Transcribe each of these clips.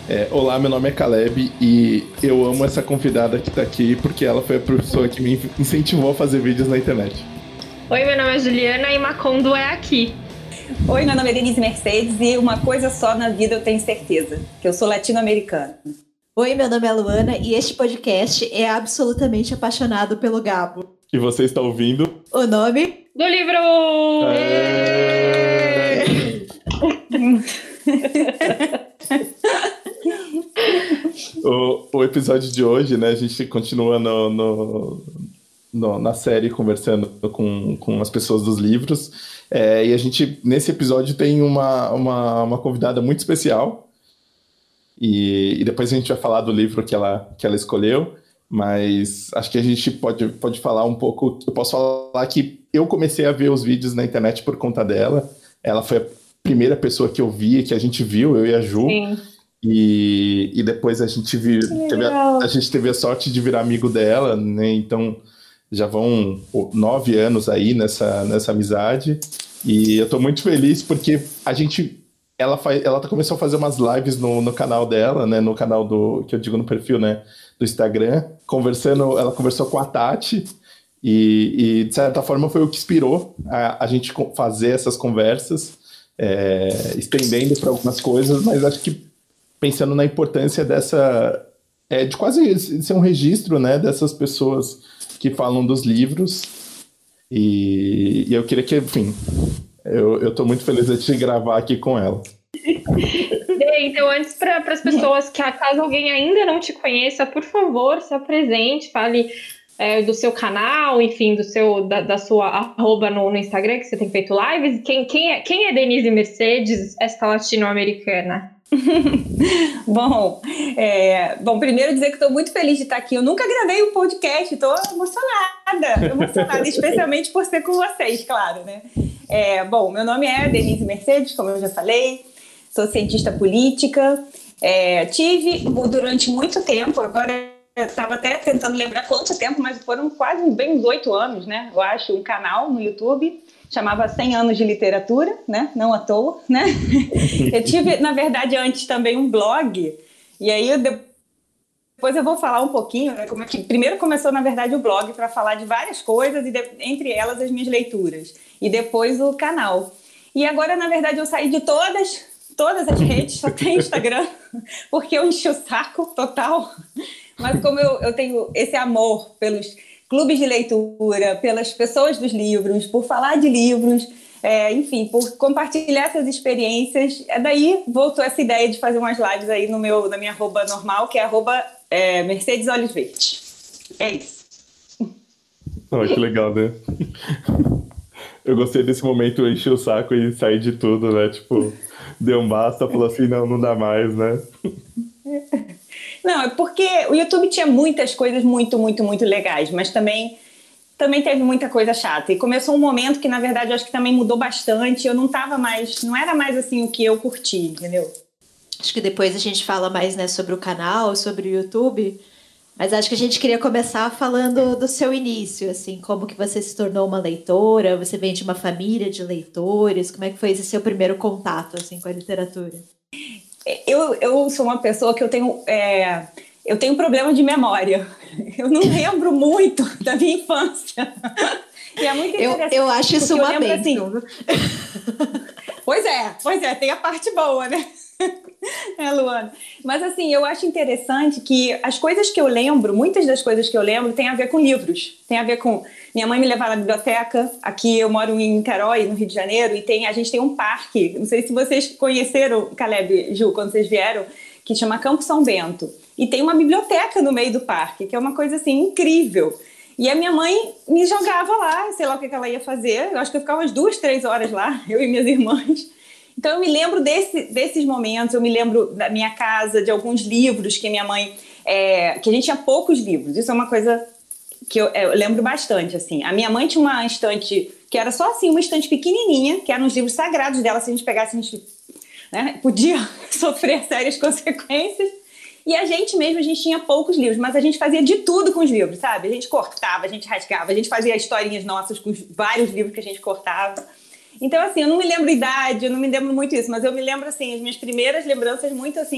Olá, meu nome é Caleb e eu amo essa convidada que tá aqui porque ela foi a pessoa que me incentivou a fazer vídeos na internet. Oi, meu nome é Juliana e Macondo é aqui. Oi, meu nome é Denise Mercedes e uma coisa só na vida eu tenho certeza, que eu sou latino-americana. Oi, meu nome é Luana e este podcast é absolutamente apaixonado pelo Gabo. E você está ouvindo o nome do livro! O episódio de hoje, né, a gente continua na série conversando com as pessoas dos livros, e a gente, nesse episódio, tem uma convidada muito especial, e depois a gente vai falar do livro que ela escolheu, mas acho que a gente pode falar um pouco. Eu posso falar que eu comecei a ver os vídeos na internet por conta dela. Ela foi a primeira pessoa que eu vi, que a gente viu, eu e a Ju. Sim. E depois a gente teve a sorte de virar amigo dela, né? Então já vão 9 anos aí nessa amizade. E eu tô muito feliz porque ela começou a fazer umas lives no canal dela, né? No canal que eu digo no perfil, né? Do Instagram, ela conversou com a Tati e de certa forma foi o que inspirou a gente fazer essas conversas, estendendo para algumas coisas, mas acho que pensando na importância de quase ser um registro, né, dessas pessoas que falam dos livros, e eu queria que, enfim, eu tô muito feliz de te gravar aqui com ela. Então, antes, para as pessoas que, caso alguém ainda não te conheça, por favor, se apresente, fale do seu canal, enfim, da sua arroba no Instagram, que você tem feito lives. Quem é Denise Mercedes, esta latino-americana? Bom, primeiro dizer que estou muito feliz de estar aqui. Eu nunca gravei um podcast, estou emocionada, especialmente por ser com vocês, claro, né? Bom, meu nome é Denise Mercedes, como eu já falei, sou cientista política, tive durante muito tempo, agora eu estava até tentando lembrar quanto tempo, mas foram quase bem uns 8 anos, né? Eu acho, um canal no YouTube, chamava 100 anos de literatura, né? Não à toa, né? Eu tive, na verdade, antes também um blog, e aí depois eu vou falar um pouquinho, né, como é que primeiro começou, na verdade, o blog para falar de várias coisas, e entre elas as minhas leituras, e depois o canal. E agora, na verdade, eu saí de todas as redes, só tem Instagram, porque eu enchi o saco total. Mas como eu tenho esse amor pelos clubes de leitura, pelas pessoas dos livros, por falar de livros, enfim, por compartilhar essas experiências, daí voltou essa ideia de fazer umas lives aí na minha arroba normal, que é arroba Mercedes Olhos Verdes. É isso. Oh, que legal, né? Eu gostei desse momento, eu enchi o saco e saí de tudo, né? Tipo, deu um basta, falou assim, não dá mais, né? Não, é porque o YouTube tinha muitas coisas muito, muito, muito legais, mas também teve muita coisa chata. E começou um momento que, na verdade, eu acho que também mudou bastante. Eu não era mais assim o que eu curti, entendeu? Acho que depois a gente fala mais, né, sobre o canal, sobre o YouTube, mas acho que a gente queria começar falando do seu início, assim, como que você se tornou uma leitora, você vem de uma família de leitores, como é que foi esse seu primeiro contato, assim, com a literatura? Eu sou uma pessoa que eu tenho problema de memória. Eu não lembro muito da minha infância. E é muito interessante. Eu acho isso uma bênção. Assim, pois é, tem a parte boa, né? Luana? Mas assim, eu acho interessante que as coisas que eu lembro, muitas das coisas que eu lembro tem a ver com livros. Tem a ver com... Minha mãe me levava na biblioteca. Aqui eu moro em Niterói, no Rio de Janeiro, e a gente tem um parque. Não sei se vocês conheceram, Caleb e Ju, quando vocês vieram, que chama Campo São Bento. E tem uma biblioteca no meio do parque, que é uma coisa assim incrível. E a minha mãe me jogava lá, sei lá o que ela ia fazer. Eu acho que eu ficava umas 2, 3 horas lá, eu e minhas irmãs. Então eu me lembro desses momentos, eu me lembro da minha casa, de alguns livros que minha mãe... que a gente tinha poucos livros, isso é uma coisa que eu lembro bastante, assim. A minha mãe tinha uma estante que era só assim, uma estante pequenininha, que eram os livros sagrados dela, se a gente pegasse, a gente, né, podia sofrer sérias consequências. E a gente tinha poucos livros, mas a gente fazia de tudo com os livros, sabe? A gente cortava, a gente rasgava, a gente fazia historinhas nossas com vários livros que a gente cortava. Então, assim, eu não me lembro idade, eu não me lembro muito isso, mas eu me lembro, assim, as minhas primeiras lembranças muito, assim,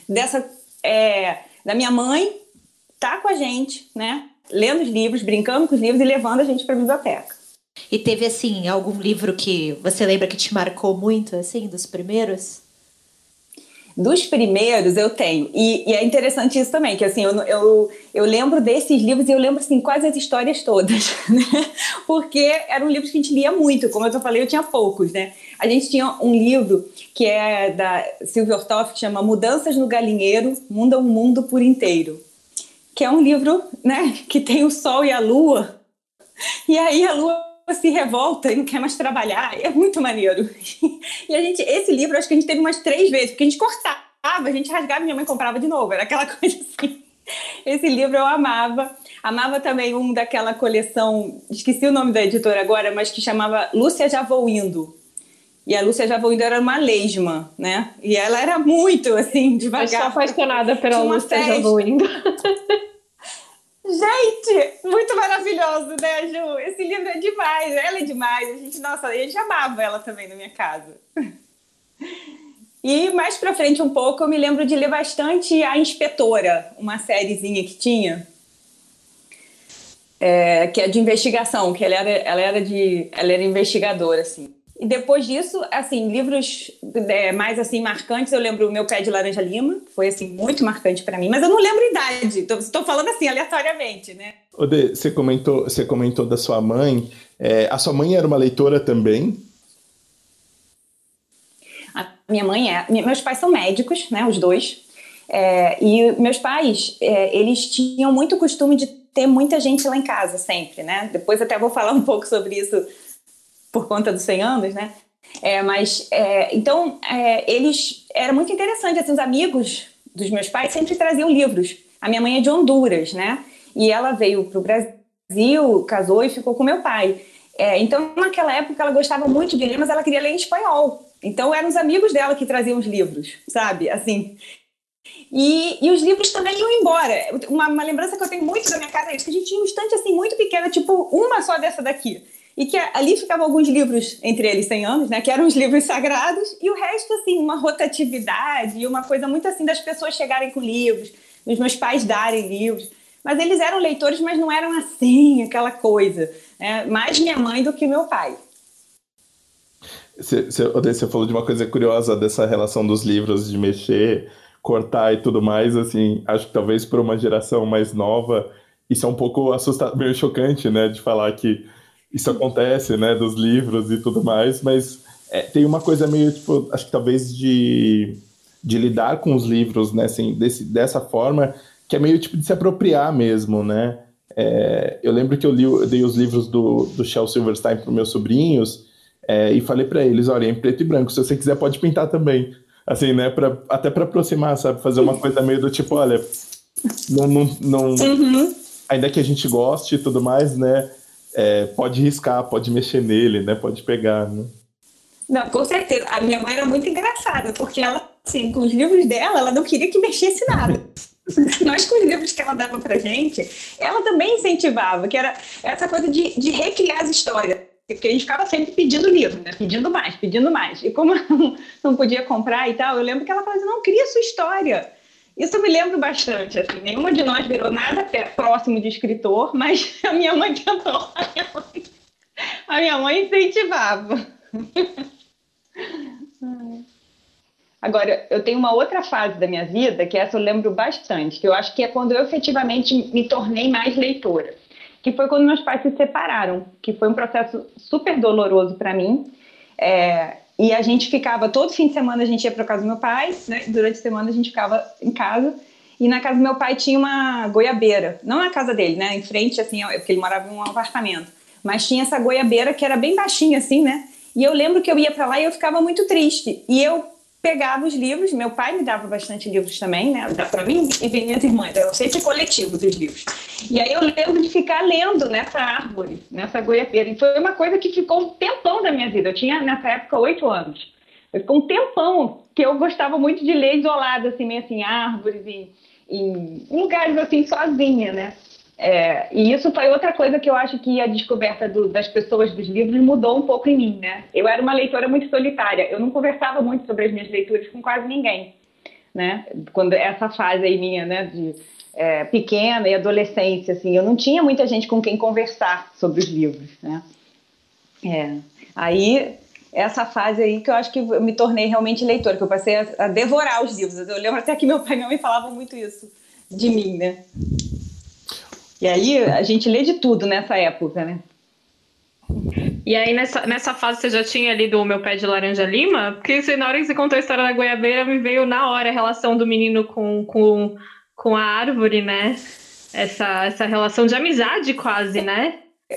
da minha mãe tá com a gente, né? Lendo os livros, brincando com os livros e levando a gente para a biblioteca. E teve, assim, algum livro que você lembra que te marcou muito, assim, dos primeiros? Dos primeiros eu tenho, e é interessante isso também, que assim, eu lembro desses livros e eu lembro assim, quase as histórias todas, né? Porque eram livros que a gente lia muito, como eu já falei, eu tinha poucos, né? A gente tinha um livro que é da Sylvia Ortoff, que chama Mudanças no Galinheiro, Muda o Mundo por Inteiro, que é um livro, né, que tem o sol e a lua, e aí a lua se revolta e não quer mais trabalhar, é muito maneiro. E esse livro, acho que a gente teve umas 3 vezes, porque a gente cortava, a gente rasgava e minha mãe comprava de novo, era aquela coisa assim. Esse livro eu amava também um daquela coleção, esqueci o nome da editora agora, mas que chamava Lúcia Já Vou Indo. E a Lúcia Já Vou Indo era uma lesma, né? E ela era muito, assim, devagar. Eu sou apaixonada pela Lúcia Já Vou Indo. Gente, muito maravilhoso, né, Ju? Esse livro é demais, ela é demais. A gente amava ela também na minha casa. E mais pra frente um pouco, eu me lembro de ler bastante A Inspetora, uma sériezinha que tinha, que é de investigação, que ela era investigadora, assim. E depois disso, assim, livros mais assim marcantes, eu lembro o Meu Pé de Laranja Lima, foi assim muito marcante para mim, mas eu não lembro a idade, estou falando assim aleatoriamente, né? Odê, você comentou da sua mãe, a sua mãe era uma leitora também? A minha mãe meus pais são médicos, né, os dois, e meus pais, eles tinham muito costume de ter muita gente lá em casa sempre, né? Depois até vou falar um pouco sobre isso por conta dos 100 anos, né? Então, eles... Era muito interessante, assim, os amigos dos meus pais sempre traziam livros. A minha mãe é de Honduras, né? E ela veio para o Brasil, casou e ficou com meu pai. Então, naquela época, ela gostava muito de ler, mas ela queria ler em espanhol. Então, eram os amigos dela que traziam os livros, sabe? Assim... E os livros também iam embora. Uma lembrança que eu tenho muito da minha casa é isso, que a gente tinha um estante, assim, muito pequeno, tipo uma só dessa daqui. E que ali ficavam alguns livros, entre eles 100 anos, né, que eram os livros sagrados, e o resto, assim, uma rotatividade e uma coisa muito assim das pessoas chegarem com livros, dos meus pais darem livros. Mas eles eram leitores, mas não eram assim, aquela coisa, né? Mais minha mãe do que meu pai. Você falou de uma coisa curiosa dessa relação dos livros, de mexer, cortar e tudo mais, assim, acho que talvez para uma geração mais nova, isso é um pouco assustador, meio chocante, né, de falar que isso acontece, né, dos livros e tudo mais, mas tem uma coisa meio, tipo, acho que talvez de lidar com os livros, né, assim, dessa forma, que é meio tipo de se apropriar mesmo, né. Eu lembro que eu dei os livros do Shel Silverstein para os meus sobrinhos, e falei para eles, olha, é em preto e branco, se você quiser pode pintar também, assim, né, até para aproximar, sabe, fazer uma coisa meio do tipo, olha, não Uhum. Ainda que a gente goste e tudo mais, né, pode riscar, pode mexer nele, né? Pode pegar, né? Não, com certeza. A minha mãe era muito engraçada, porque ela, assim, com os livros dela, ela não queria que mexesse nada. Nós, com os livros que ela dava pra gente, ela também incentivava, que era essa coisa de recriar as histórias. Porque a gente ficava sempre pedindo livro, né? Pedindo mais, pedindo mais. E como eu não podia comprar e tal, eu lembro que ela falava assim, não, cria sua história. Isso eu me lembro bastante, assim, nenhuma de nós virou nada próximo de escritor, mas a minha mãe tentou, a minha mãe incentivava. Agora, eu tenho uma outra fase da minha vida, que essa eu lembro bastante, que eu acho que é quando eu efetivamente me tornei mais leitora, que foi quando meus pais se separaram, que foi um processo super doloroso para mim, e a gente ficava, todo fim de semana a gente ia para casa do meu pai, né? Durante a semana a gente ficava em casa, e na casa do meu pai tinha uma goiabeira, não na casa dele, né? Em frente, assim, porque ele morava em um apartamento, mas tinha essa goiabeira que era bem baixinha, assim, né? E eu lembro que eu ia para lá e eu ficava muito triste, e eu pegava os livros, meu pai me dava bastante livros também, né? Para mim e minhas irmãs, eu sempre coletivo dos livros. E aí eu lembro de ficar lendo nessa árvore, nessa goiabeira. E foi uma coisa que ficou um tempão da minha vida. Eu tinha, nessa época, 8 anos. Ficou um tempão que eu gostava muito de ler isolada, assim, meio assim, árvores e em lugares assim, sozinha, né? E isso foi outra coisa que eu acho que a descoberta das pessoas dos livros mudou um pouco em mim, né? Eu era uma leitora muito solitária, eu não conversava muito sobre as minhas leituras com quase ninguém. né? Quando essa fase aí minha, né, de pequena e adolescência, assim, eu não tinha muita gente com quem conversar sobre os livros, né? Aí, essa fase aí que eu acho que eu me tornei realmente leitora, que eu passei a devorar os livros. Eu lembro até que meu pai e minha mãe falavam muito isso de mim, né? E aí, a gente lê de tudo nessa época, né? E aí, nessa fase, você já tinha lido O Meu Pé de Laranja Lima? Porque na hora que você contou a história da goiabeira, me veio na hora a relação do menino com a árvore, né? Essa relação de amizade quase, né?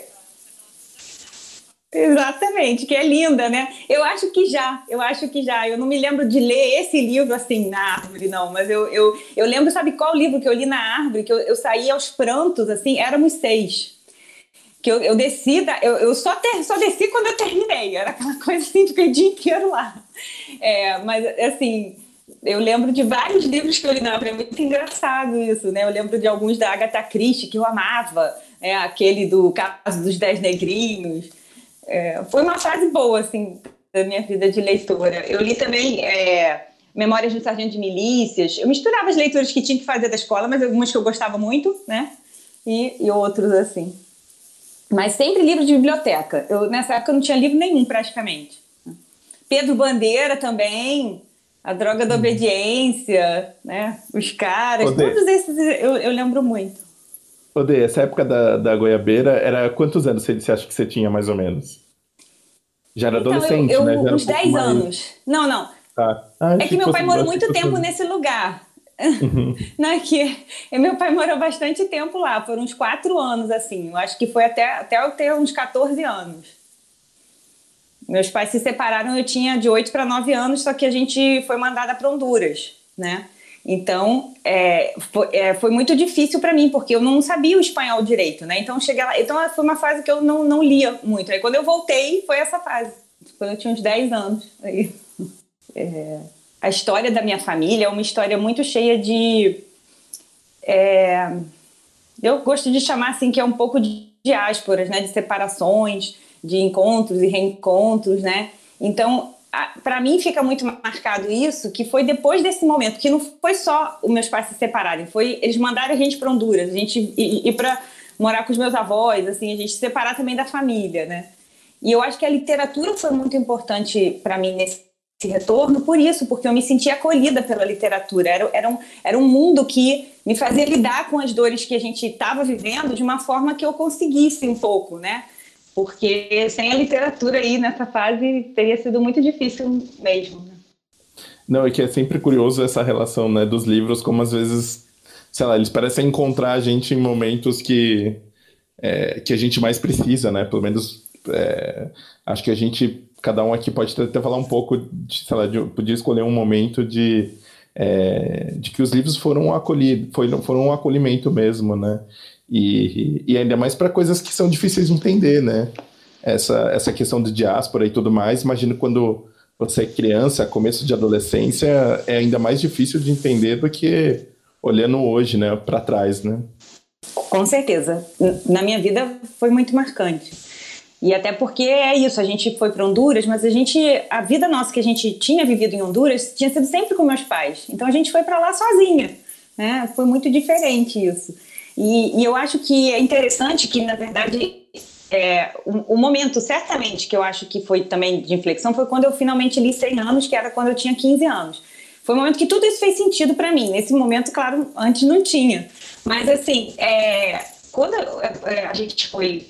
Exatamente, que é linda, né? Eu acho que já. Eu não me lembro de ler esse livro assim, na árvore, não, mas eu lembro, sabe qual livro que eu li na árvore, que eu saí aos prantos, assim, éramos 6. Que eu desci, eu só desci quando eu terminei, era aquela coisa assim, fiquei o dia inteiro lá. Mas, assim, eu lembro de vários livros que eu li na árvore, é muito engraçado isso, né? Eu lembro de alguns da Agatha Christie, que eu amava, aquele do Caso dos 10 Negrinhos. Foi uma fase boa, assim, da minha vida de leitora. Eu li também Memórias do Sargento de Milícias. Eu misturava as leituras que tinha que fazer da escola, mas algumas que eu gostava muito, né? E outros, assim. Mas sempre livro de biblioteca. Nessa época eu não tinha livro nenhum, praticamente. Pedro Bandeira também, A Droga da Obediência, né? Os Caras, todos esses eu lembro muito. Odê, essa época da goiabeira, era quantos anos você acha que você tinha, mais ou menos? Já era adolescente, né? Já era uns 10 anos. Não. Tá. É que meu pai morou muito tempo nesse lugar. Não, é que meu pai morou bastante tempo lá, foram uns 4 anos, assim. Eu acho que foi até eu ter uns 14 anos. Meus pais se separaram, eu tinha de 8 para 9 anos, só que a gente foi mandada para Honduras, né? Então, foi muito difícil para mim, porque eu não sabia o espanhol direito, né? Então, cheguei lá. Então, foi uma fase que eu não lia muito. Aí, quando eu voltei, foi essa fase. Quando eu tinha uns 10 anos. Aí, a história da minha família é uma história muito cheia de... eu gosto de chamar, assim, que é um pouco de diásporas, né? De separações, de encontros e reencontros, né? Então... para mim fica muito marcado isso, que foi depois desse momento, que não foi só os meus pais se separarem, eles mandaram a gente para Honduras, a gente ir para morar com os meus avós, assim, a gente se separar também da família, né? E eu acho que a literatura foi muito importante para mim nesse retorno, por isso, porque eu me sentia acolhida pela literatura, era um mundo que me fazia lidar com as dores que a gente estava vivendo de uma forma que eu conseguisse um pouco, né? Porque sem a literatura aí nessa fase teria sido muito difícil mesmo. Né? Não, é que é sempre curioso essa relação, né, dos livros, como às vezes, sei lá, eles parecem encontrar a gente em momentos que a gente mais precisa, né? Pelo menos acho que cada um aqui pode até falar um pouco, sei lá, podia escolher um momento de que os livros foram um acolhimento mesmo, né? E ainda mais para coisas que são difíceis de entender, né? Essa questão de diáspora e tudo mais, imagino quando você é criança, começo de adolescência, é ainda mais difícil de entender do que olhando hoje, né, para trás, né? Com certeza. Na minha vida foi muito marcante. E até porque é isso, a gente foi para Honduras, mas a vida nossa que a gente tinha vivido em Honduras tinha sido sempre com meus pais. Então a gente foi para lá sozinha, né? Foi muito diferente isso. E eu acho que é interessante que, na verdade, o momento, certamente, que eu acho que foi também de inflexão, foi quando eu finalmente li 100 anos, que era quando eu tinha 15 anos. Foi um momento que tudo isso fez sentido para mim. Nesse momento, claro, antes não tinha. Mas, assim, quando a gente foi...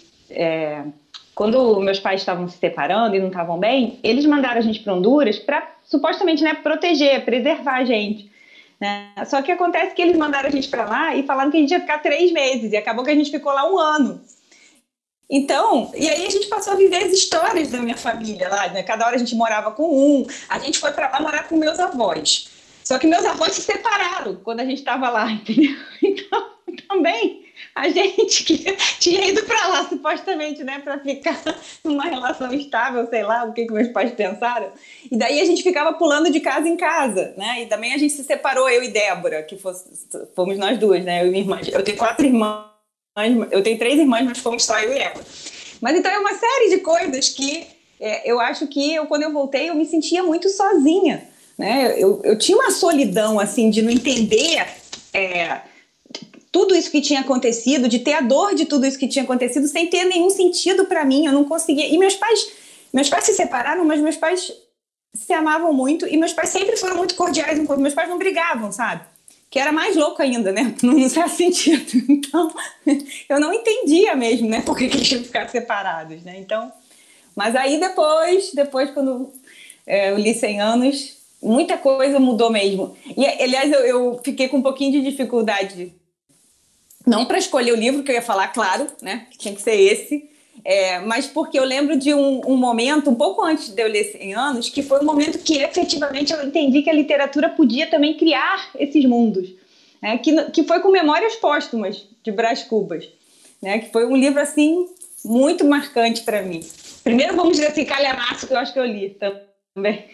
quando meus pais estavam se separando e não estavam bem, eles mandaram a gente para Honduras para, supostamente, né, proteger, preservar a gente. Né? Só que acontece que eles mandaram a gente para lá e falaram que a gente ia ficar 3 meses e acabou que a gente ficou lá 1 ano. Então, e aí a gente passou a viver as histórias da minha família lá, né? Cada hora a gente morava com a gente foi para lá morar com meus avós. Só que meus avós se separaram quando a gente estava lá, entendeu? Então, também a gente que tinha ido para lá supostamente, né, para ficar numa relação estável, sei lá o que meus pais pensaram. E daí a gente ficava pulando de casa em casa, né? E também a gente se separou, eu e Débora, que fomos nós duas, né? Eu e minha irmã. Eu tenho 4 irmãs, eu tenho 3 irmãs, mas fomos só eu e ela. Mas então é uma série de coisas que eu acho que quando eu voltei, eu me sentia muito sozinha. né? Eu tinha uma solidão, assim, de não entender tudo isso que tinha acontecido, de ter a dor de tudo isso que tinha acontecido sem ter nenhum sentido para mim. Eu não conseguia. E meus pais se separaram, mas meus pais se amavam muito e meus pais sempre foram muito cordiais. Meus pais não brigavam, sabe? Que era mais louco ainda, né? Não faz sentido. Então, eu não entendia mesmo, né? Por que eles tinham que ficar separados, né? Então, mas aí depois quando eu li 100 anos, muita coisa mudou mesmo. E, aliás, eu fiquei com um pouquinho de dificuldade, não para escolher o livro que eu ia falar, claro, né? Que tinha que ser esse, mas porque eu lembro de um momento, um pouco antes de eu ler 100 anos, que foi um momento que efetivamente eu entendi que a literatura podia também criar esses mundos, né? Que foi com Memórias Póstumas, de Brás Cubas, né? Que foi um livro, assim, muito marcante para mim. Primeiro, vamos dizer assim, calhamaço, que eu acho que eu li também.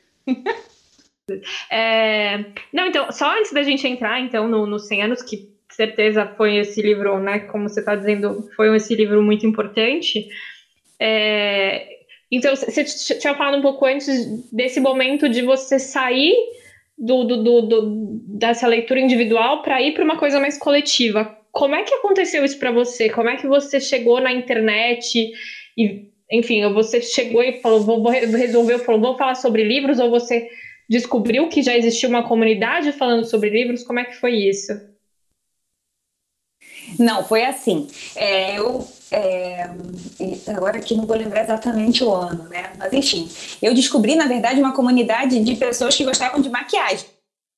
Não, então, só antes da gente entrar, então, no 100 anos, que certeza foi esse livro, né, como você está dizendo, foi esse livro muito importante. Então, você tinha falado um pouco antes desse momento de você sair dessa leitura individual para ir para uma coisa mais coletiva. Como é que aconteceu isso para você? Como é que você chegou na internet e, enfim, você chegou e falou, vou falar sobre livros, ou você descobriu que já existia uma comunidade falando sobre livros? Como é que foi isso? Não, foi assim. Agora aqui não vou lembrar exatamente o ano, né? Mas enfim, eu descobri, na verdade, uma comunidade de pessoas que gostavam de maquiagem.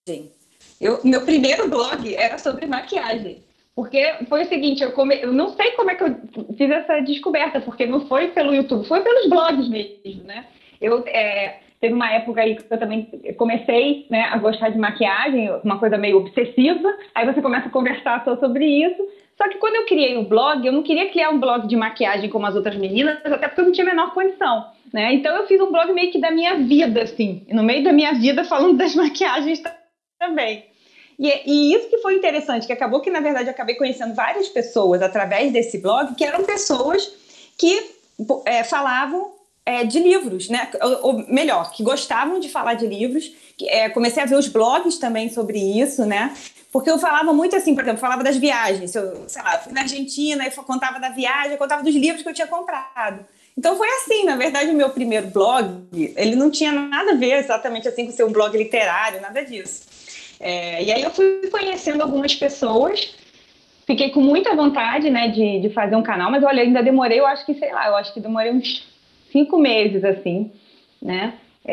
Meu primeiro blog era sobre maquiagem. Porque foi o seguinte, eu não sei como é que eu fiz essa descoberta, porque não foi pelo YouTube, foi pelos blogs mesmo, né? Teve uma época aí que eu também comecei, né, a gostar de maquiagem, uma coisa meio obsessiva, aí você começa a conversar só sobre isso. Só que quando eu criei o blog, eu não queria criar um blog de maquiagem como as outras meninas, até porque eu não tinha a menor condição, né? Então eu fiz um blog meio que da minha vida, assim, no meio da minha vida falando das maquiagens também. E isso que foi interessante, que acabou que, na verdade, eu acabei conhecendo várias pessoas através desse blog, que eram pessoas que falavam de livros, né? Ou melhor, que gostavam de falar de livros. Comecei a ver os blogs também sobre isso, né? Porque eu falava muito assim, por exemplo, falava das viagens. Eu fui na Argentina e contava da viagem, eu contava dos livros que eu tinha comprado. Então foi assim, na verdade, o meu primeiro blog, ele não tinha nada a ver exatamente assim com ser um blog literário, nada disso. E aí eu fui conhecendo algumas pessoas, fiquei com muita vontade, né, de fazer um canal, mas olha, ainda demorei, eu acho que demorei uns 5 meses, assim, né?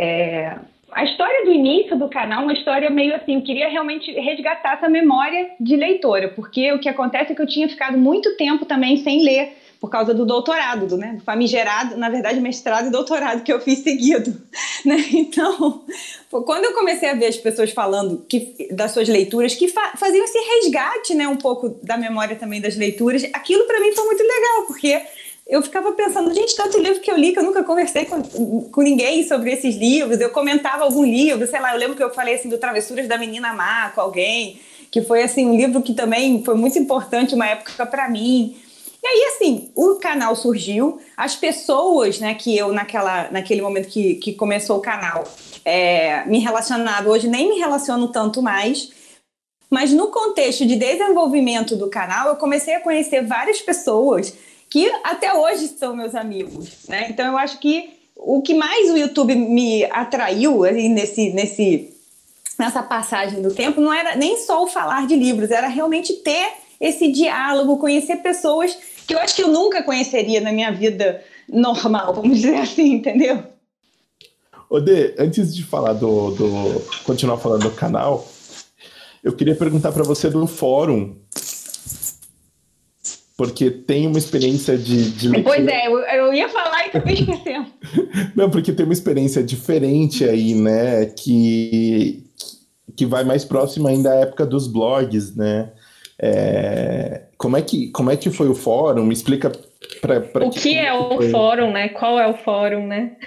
A história do início do canal é uma história meio assim, eu queria realmente resgatar essa memória de leitora, porque o que acontece é que eu tinha ficado muito tempo também sem ler, por causa do doutorado, do famigerado, na verdade, mestrado e doutorado que eu fiz seguido, né? Então, quando eu comecei a ver as pessoas falando das suas leituras, que faziam esse resgate, né, um pouco da memória também das leituras, aquilo para mim foi muito legal, porque eu ficava pensando, gente, tanto livro que eu li que eu nunca conversei com ninguém sobre esses livros, eu comentava algum livro, sei lá, eu lembro que eu falei assim do Travessuras da Menina Má com alguém, que foi assim um livro que também foi muito importante uma época para mim. E aí, assim, o canal surgiu, as pessoas, né, que eu naquele momento que começou o canal me relacionava, hoje nem me relaciono tanto mais, mas no contexto de desenvolvimento do canal, eu comecei a conhecer várias pessoas que até hoje são meus amigos, né? Então eu acho que o que mais o YouTube me atraiu ali nessa passagem do tempo não era nem só o falar de livros, era realmente ter esse diálogo, conhecer pessoas que eu acho que eu nunca conheceria na minha vida normal, vamos dizer assim, entendeu? Odê, antes de falar continuar falando do canal, eu queria perguntar para você do fórum, porque tem uma experiência de leitura... Pois é, eu ia falar e acabei esquecendo. Não, porque tem uma experiência diferente aí, né, que vai mais próxima ainda à época dos blogs, né? Como é que foi o fórum? Me explica para o que é o fórum, né? Qual é o fórum, né?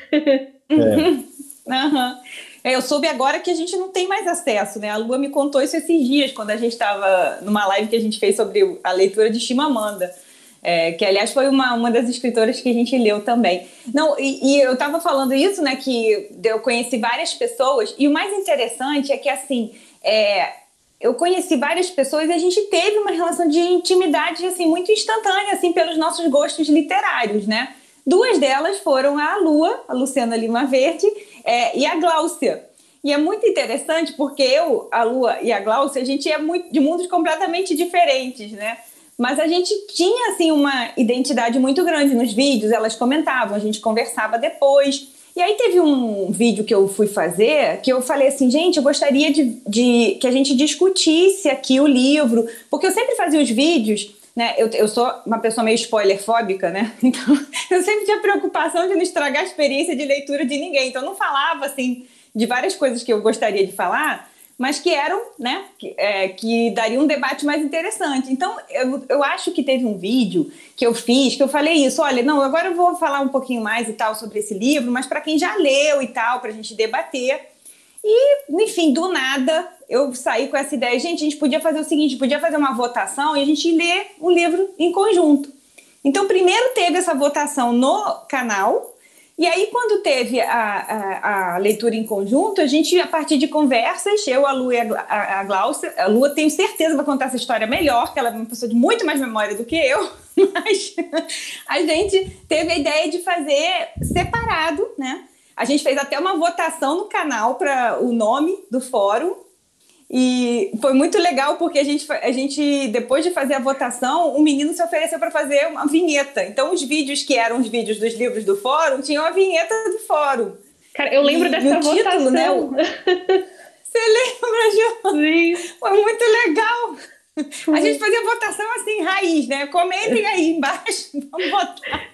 Eu soube agora que a gente não tem mais acesso, né? A Lua me contou isso esses dias, quando a gente estava numa live que a gente fez sobre a leitura de Chimamanda. que aliás foi uma das escritoras que a gente leu também. Não, e eu estava falando isso, né, que eu conheci várias pessoas, e o mais interessante é que, assim, eu conheci várias pessoas e a gente teve uma relação de intimidade, assim, muito instantânea, assim, pelos nossos gostos literários, né? 2 delas foram a Lua, a Luciana Lima Verde, e a Gláucia. E é muito interessante porque a Lua e a Gláucia, a gente é muito, de mundos completamente diferentes, né? Mas a gente tinha, assim, uma identidade muito grande nos vídeos, elas comentavam, a gente conversava depois. E aí teve um vídeo que eu fui fazer, que eu falei assim, gente, eu gostaria de que a gente discutisse aqui o livro, porque eu sempre fazia os vídeos, né? Eu sou uma pessoa meio spoilerfóbica, né? Então, eu sempre tinha preocupação de não estragar a experiência de leitura de ninguém. Então, eu não falava, assim, de várias coisas que eu gostaria de falar, mas que eram, né, que daria um debate mais interessante. Então, eu acho que teve um vídeo que eu fiz, que eu falei isso, olha, não, agora eu vou falar um pouquinho mais e tal sobre esse livro, mas para quem já leu e tal, para a gente debater. E, enfim, do nada, eu saí com essa ideia, gente, a gente podia fazer o seguinte, podia fazer uma votação e a gente ler o livro em conjunto. Então, primeiro teve essa votação no canal. E aí, quando teve a leitura em conjunto, a gente, a partir de conversas, eu, a Lu e a Gláucia, a Lu, tenho certeza, vai contar essa história melhor, que ela é uma pessoa de muito mais memória do que eu, mas a gente teve a ideia de fazer separado, né? A gente fez até uma votação no canal para o nome do fórum, e foi muito legal porque a gente, depois de fazer a votação, o menino se ofereceu para fazer uma vinheta. Então, os vídeos que eram os vídeos dos livros do fórum tinham a vinheta do fórum. Cara, eu lembro dessa votação. Título, né? Você lembra, Ju? Sim. Foi muito legal. A gente fazia votação assim, raiz, né? Comentem aí embaixo, vamos votar.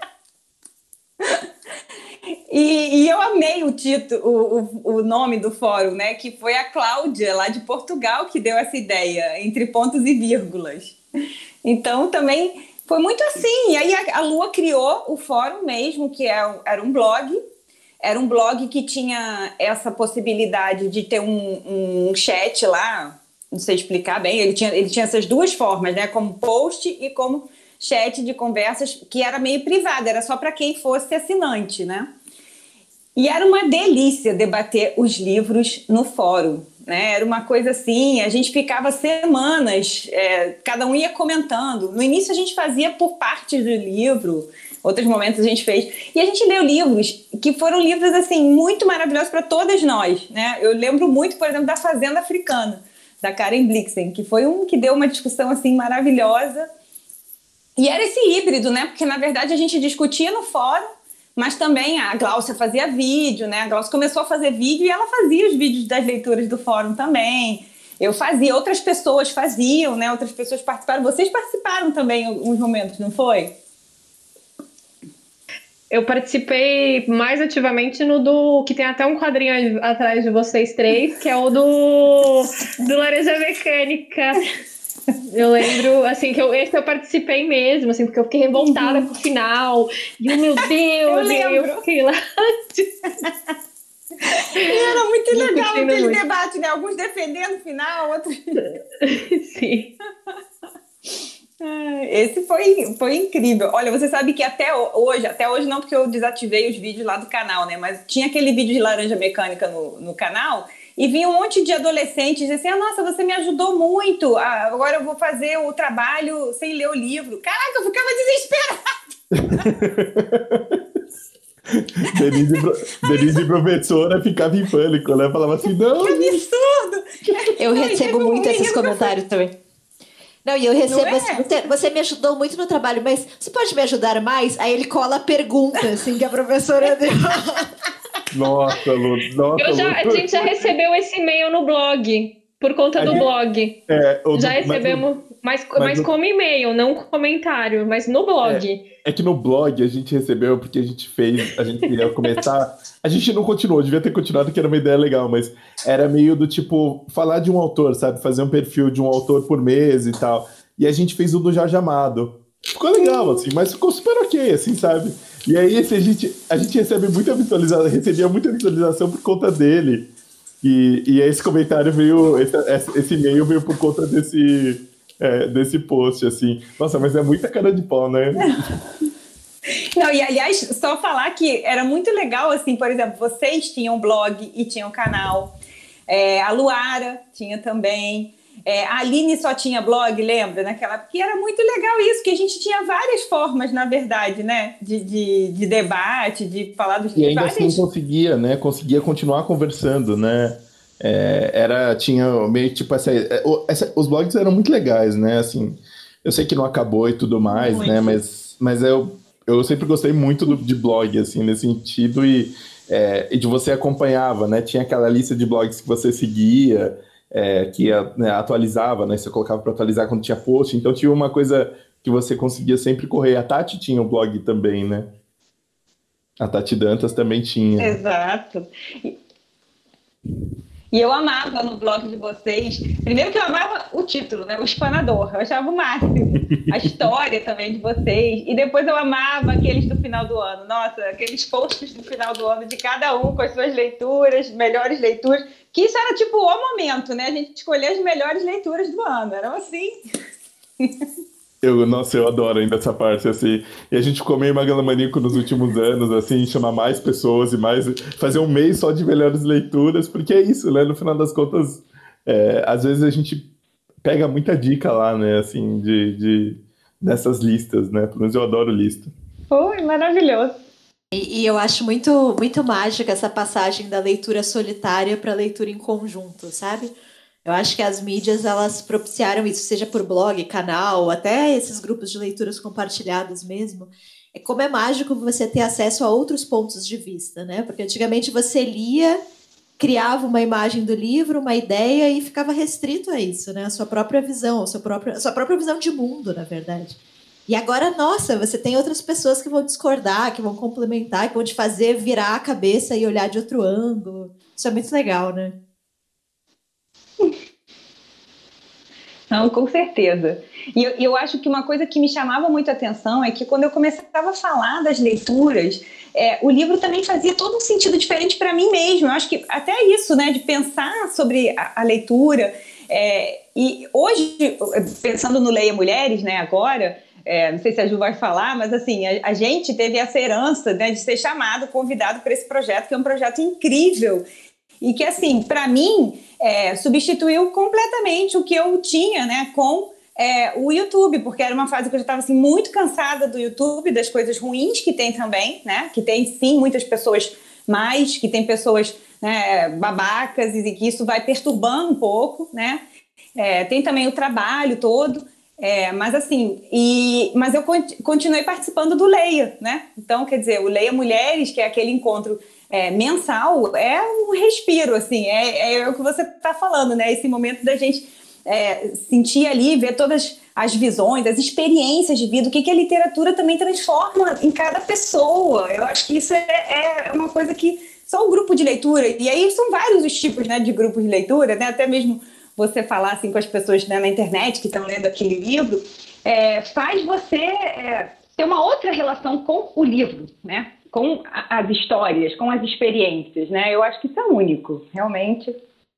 E eu amei o título, o nome do fórum, né? Que foi a Cláudia, lá de Portugal, que deu essa ideia, entre pontos e vírgulas. Então, também foi muito assim. E aí a Lua criou o fórum mesmo, que era um blog. Era um blog que tinha essa possibilidade de ter um chat lá, não sei explicar bem, ele tinha essas 2 formas, né? Como post e como chat de conversas, que era meio privado, era só para quem fosse assinante, né? E era uma delícia debater os livros no fórum, né? Era uma coisa assim, a gente ficava semanas, cada um ia comentando. No início a gente fazia por partes do livro, outros momentos a gente fez. E a gente leu livros que foram livros, assim, muito maravilhosos para todas nós, né? Eu lembro muito, por exemplo, da Fazenda Africana, da Karen Blixen, que foi que deu uma discussão, assim, maravilhosa. E era esse híbrido, né? Porque, na verdade, a gente discutia no fórum, mas também a Gláucia fazia vídeo, né? A Gláucia começou a fazer vídeo e ela fazia os vídeos das leituras do fórum também. Eu fazia, outras pessoas faziam, né? Outras pessoas participaram. Vocês participaram também em alguns momentos, não foi? Eu participei mais ativamente no que tem até um quadrinho atrás de vocês 3, que é o do Laranja Mecânica. Eu lembro, assim, que esse eu participei mesmo, assim, porque eu fiquei revoltada com o final. E, meu Deus, eu fiquei lá. E era muito legal aquele debate, né? Alguns defendendo o final, outros... Sim. Esse foi incrível. Olha, você sabe que até hoje não, porque eu desativei os vídeos lá do canal, né? Mas tinha aquele vídeo de Laranja Mecânica no canal... E vinha um monte de adolescentes dizendo assim, nossa, você me ajudou muito, agora eu vou fazer o trabalho sem ler o livro. Caraca, eu ficava desesperada. Denise, professora, ficava em pânico, né? Falava assim, não... Que absurdo! Eu recebo muito esses comentários também. Não, e eu recebo assim, você me ajudou muito no trabalho, mas você pode me ajudar mais? Aí ele cola a pergunta, assim, que a professora deu. Nossa, Lu, a gente já recebeu esse e-mail no blog, por conta do blog. Já recebemos, mas como e-mail, não comentário, mas no blog. É que no blog a gente recebeu porque a gente queria começar, a gente não continuou, devia ter continuado, que era uma ideia legal, mas era meio do tipo, falar de um autor, sabe, fazer um perfil de um autor por mês e tal, e a gente fez o do Jorge Amado. Ficou legal, assim, mas ficou super ok, assim, sabe? E aí a gente recebia muita visualização por conta dele. E esse comentário veio, esse e-mail veio por conta desse desse post, assim. Nossa, mas é muita cara de pau, né? Não, e aliás, só falar que era muito legal, assim, por exemplo, vocês tinham blog e tinham canal, a Luara tinha também, a Aline só tinha blog, lembra? Naquela, porque era muito legal isso, que a gente tinha várias formas, na verdade, né, de debate, de falar dos... E ainda assim conseguia, né, conseguia continuar conversando, né, tinha meio tipo os blogs eram muito legais, né, assim, eu sei que não acabou e tudo mais, muito. Né, mas eu sempre gostei muito de blog, assim, nesse sentido, e de você acompanhava, né? Tinha aquela lista de blogs que você seguia, que né, atualizava, né? Você colocava para atualizar quando tinha post, então tinha uma coisa que você conseguia sempre correr. A Tati tinha um blog também, né? A Tati Dantas também tinha. Exato. E eu amava no blog de vocês, primeiro que eu amava o título, né? O Espanador, eu achava o máximo. A história também de vocês. E depois eu amava aqueles do final do ano. Nossa, aqueles posts do final do ano de cada um com as suas leituras, melhores leituras. Que isso era tipo o momento, né? A gente escolher as melhores leituras do ano. Eram assim... Nossa, eu adoro ainda essa parte, assim. E a gente ficou meio megalomaníaco nos últimos anos, assim, chamar mais pessoas e mais... Fazer um mês só de melhores leituras, porque é isso, né? No final das contas, às vezes a gente pega muita dica lá, né? Assim, dessas listas, né? Pelo menos eu adoro lista. Foi maravilhoso. E eu acho muito, muito mágica essa passagem da leitura solitária para a leitura em conjunto, sabe? Eu acho que as mídias, elas propiciaram isso, seja por blog, canal, até esses grupos de leituras compartilhadas mesmo. Como é mágico você ter acesso a outros pontos de vista, né? Porque antigamente você lia, criava uma imagem do livro, uma ideia e ficava restrito a isso, né? A sua própria visão, a sua própria visão de mundo, na verdade. E agora, nossa, você tem outras pessoas que vão discordar, que vão complementar, que vão te fazer virar a cabeça e olhar de outro ângulo. Isso é muito legal, né? Não, com certeza. E eu acho que uma coisa que me chamava muito a atenção é que quando eu começava a falar das leituras, o livro também fazia todo um sentido diferente para mim mesmo. Eu acho que até isso, né, de pensar sobre a leitura. E hoje, pensando no Leia Mulheres, né, agora, não sei se a Ju vai falar, mas assim, a gente teve essa herança, né, de ser chamado, convidado para esse projeto, que é um projeto incrível. E que, assim, para mim, substituiu completamente o que eu tinha, né, com o YouTube, porque era uma fase que eu já estava assim, muito cansada do YouTube, das coisas ruins que tem também, né, que tem, sim, muitas pessoas mais, que tem pessoas, né, babacas, e que isso vai perturbando um pouco, né, tem também o trabalho todo, mas assim, mas eu continuei participando do Leia, né, então, quer dizer, o Leia Mulheres, que é aquele encontro mensal, é um respiro, assim, é o que você está falando, né? Esse momento da gente sentir ali, ver todas as visões, as experiências de vida, o que a literatura também transforma em cada pessoa. Eu acho que isso é uma coisa que só o grupo de leitura, e aí são vários os tipos, né, de grupos de leitura, né? Até mesmo você falar assim, com as pessoas, né, na internet que estão lendo aquele livro, faz você ter uma outra relação com o livro, né? Com as histórias, com as experiências, né? Eu acho que isso é único, realmente.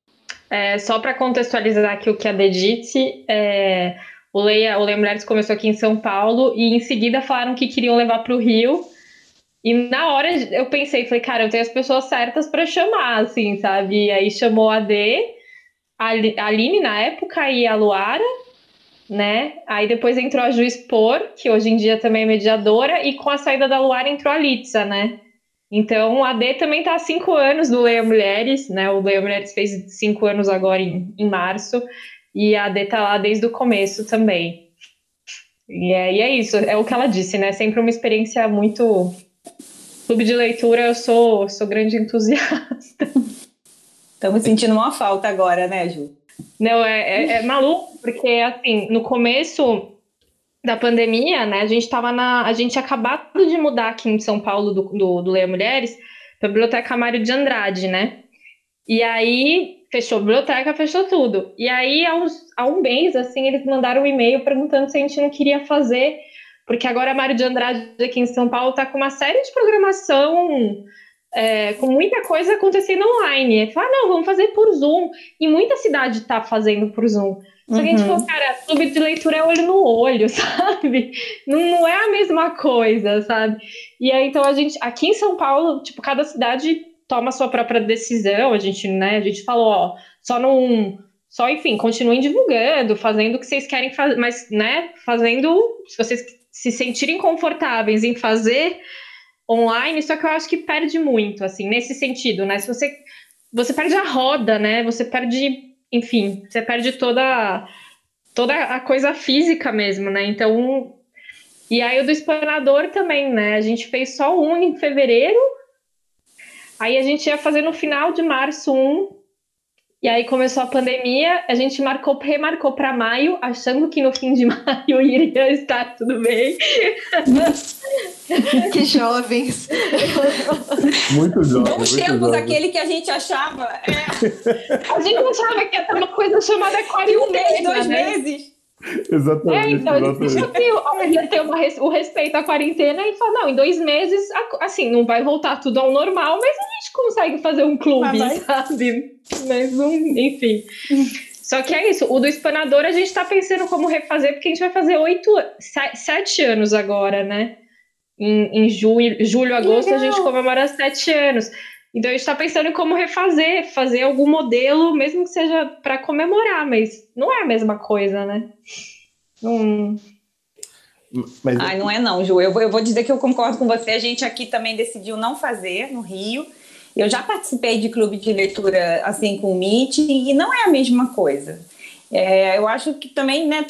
Só para contextualizar aqui o que a Dê disse, o Leia Mulheres começou aqui em São Paulo e em seguida falaram que queriam levar para o Rio. E na hora eu pensei, falei, cara, eu tenho as pessoas certas para chamar, assim, sabe? E aí chamou a Dê, a Aline na época e a Luara, né? Aí depois entrou a Ju Spor, que hoje em dia também é mediadora, e com a saída da Luara entrou a Litsa, né? Então a Dê também tá há 5 anos do Leia Mulheres, né? O Leia Mulheres fez 5 anos agora em março, e a Dê tá lá desde o começo também. E é isso, é o que ela disse, né? Sempre uma experiência muito... Clube de leitura, eu sou grande entusiasta. Estamos sentindo uma falta agora, né, Ju? Não, é maluco, porque, assim, no começo da pandemia, né, a gente tinha acabado de mudar aqui em São Paulo do Leia Mulheres para a Biblioteca Mário de Andrade, né? E aí, fechou a biblioteca, fechou tudo. E aí, há um mês, assim, eles mandaram um e-mail perguntando se a gente não queria fazer, porque agora a Mário de Andrade aqui em São Paulo tá com uma série de programação com muita coisa acontecendo online. Aí fala, não, vamos fazer por Zoom. E muita cidade tá fazendo por Zoom. Só que a gente falou, cara, clube de leitura é olho no olho, sabe? Não é a mesma coisa, sabe? E aí, então, aqui em São Paulo, tipo, cada cidade toma a sua própria decisão. A gente falou, ó, enfim, continuem divulgando, fazendo o que vocês querem fazer, mas, né, fazendo, se vocês se sentirem confortáveis em fazer online, só que eu acho que perde muito, assim, nesse sentido, né? Se você perde a roda, né? Você perde, enfim, você perde toda a coisa física mesmo, né? Então, e aí o do Explanador também, né? A gente fez só um em fevereiro, aí a gente ia fazer no final de março e aí começou a pandemia, a gente remarcou para maio, achando que no fim de maio iria estar tudo bem. Que jovens. Muito jovens. Bons tempos, aquele que a gente achava. A gente achava que ia ter uma coisa chamada quarentena. 2 meses. Exatamente. Então a gente ia ter o respeito à quarentena e falar, não, em 2 meses, assim, não vai voltar tudo ao normal, mas a gente consegue fazer um clube, sabe? Mas enfim. Só que é isso, o do Explanador a gente tá pensando como refazer, porque a gente vai fazer 7 anos agora, né? Em julho, agosto, a gente comemora 7 anos. Então a gente tá pensando em como fazer algum modelo, mesmo que seja para comemorar, mas não é a mesma coisa, né? Mas... Ai, não é não, Ju. Eu vou dizer que eu concordo com você. A gente aqui também decidiu não fazer no Rio. Eu já participei de clube de leitura assim com o Meet e não é a mesma coisa. Eu acho que também, né,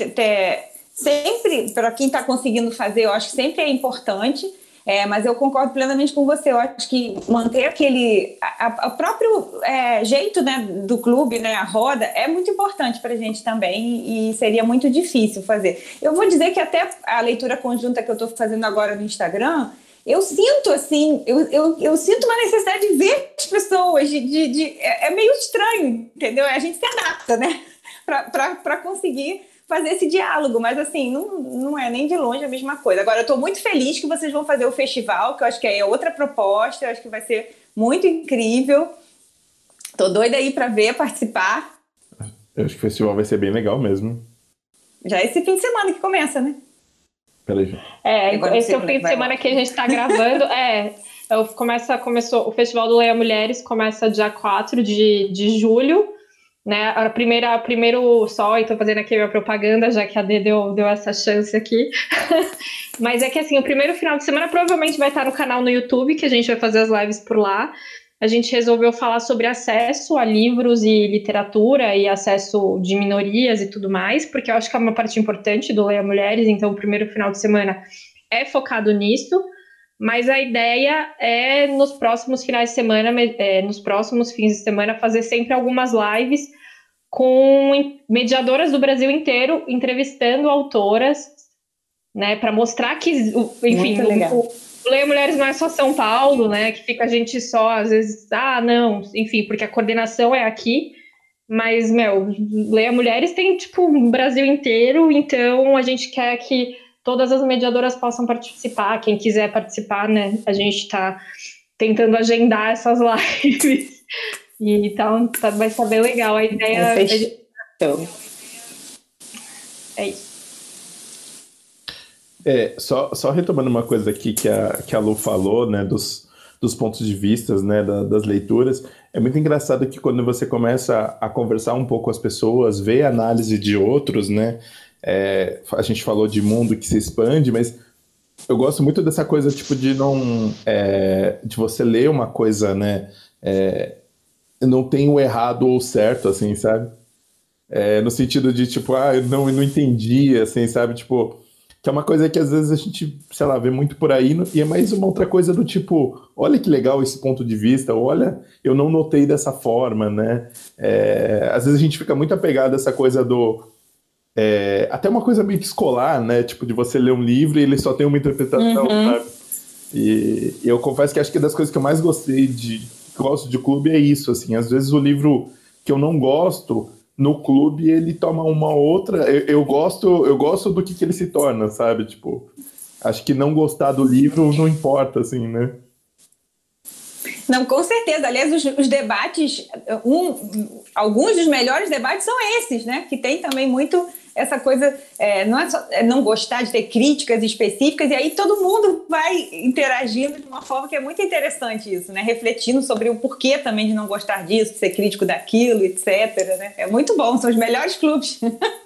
sempre, para quem está conseguindo fazer, eu acho que sempre é importante. Mas eu concordo plenamente com você. Eu acho que manter aquele o próprio jeito, né, do clube, né, a roda, é muito importante para a gente também e seria muito difícil fazer. Eu vou dizer que até a leitura conjunta que eu estou fazendo agora no Instagram, eu sinto assim, eu sinto uma necessidade de ver as pessoas, é meio estranho, entendeu? A gente se adapta, né, para conseguir fazer esse diálogo, mas assim, não é nem de longe a mesma coisa. Agora, eu estou muito feliz que vocês vão fazer o festival, que eu acho que é outra proposta, eu acho que vai ser muito incrível. Estou doida aí para ver, participar. Eu acho que o festival vai ser bem legal mesmo. Já é esse fim de semana que começa, né? Peraí. Esse é o fim de semana que a gente está gravando. Começou o Festival do Leia Mulheres, começa dia 4 de julho. Né, primeiro só, estou fazendo aqui a minha propaganda, já que a Dê deu essa chance aqui. Mas é que assim, o primeiro final de semana provavelmente vai estar no canal no YouTube, que a gente vai fazer as lives por lá. A gente resolveu falar sobre acesso a livros e literatura e acesso de minorias e tudo mais, porque eu acho que é uma parte importante do Leia Mulheres, então o primeiro final de semana é focado nisso. Mas a ideia é, nos próximos finais de semana, nos próximos fins de semana, fazer sempre algumas lives com mediadoras do Brasil inteiro, entrevistando autoras, né, para mostrar que, enfim, o Leia Mulheres não é só São Paulo, né, que fica a gente só, às vezes, não, enfim, porque a coordenação é aqui, mas, Leia Mulheres tem, tipo, o Brasil inteiro, então a gente quer que todas as mediadoras possam participar, quem quiser participar, né? A gente está tentando agendar essas lives. E então vai ser bem legal. A ideia é isso. Só retomando uma coisa aqui que a Lu falou, né, dos pontos de vista, né, das leituras, é muito engraçado que quando você começa a conversar um pouco com as pessoas, ver a análise de outros, né, a gente falou de mundo que se expande, mas eu gosto muito dessa coisa, tipo, de você ler uma coisa, né, não tem o errado ou o certo, assim, sabe? No sentido de, tipo, eu não entendi, assim, sabe? Tipo, que é uma coisa que às vezes a gente, sei lá, vê muito por aí, e é mais uma outra coisa do tipo, olha que legal esse ponto de vista, olha, eu não notei dessa forma, né? Às vezes a gente fica muito apegado a essa coisa até uma coisa meio que escolar, né? Tipo, de você ler um livro e ele só tem uma interpretação, sabe? E eu confesso que acho que das coisas que eu mais gosto de clube é isso, assim. Às vezes o livro que eu não gosto, no clube ele toma uma outra... Eu gosto do que ele se torna, sabe? Tipo, acho que não gostar do livro não importa, assim, né? Não, com certeza. Aliás, os debates, alguns dos melhores debates são esses, né? Que tem também muito essa coisa, não é só não gostar de ter críticas específicas, e aí todo mundo vai interagindo de uma forma que é muito interessante isso, né? Refletindo sobre o porquê também de não gostar disso, de ser crítico daquilo, etc. Né? É muito bom, são os melhores clubes.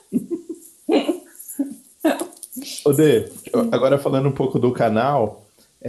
Odê, agora falando um pouco do canal,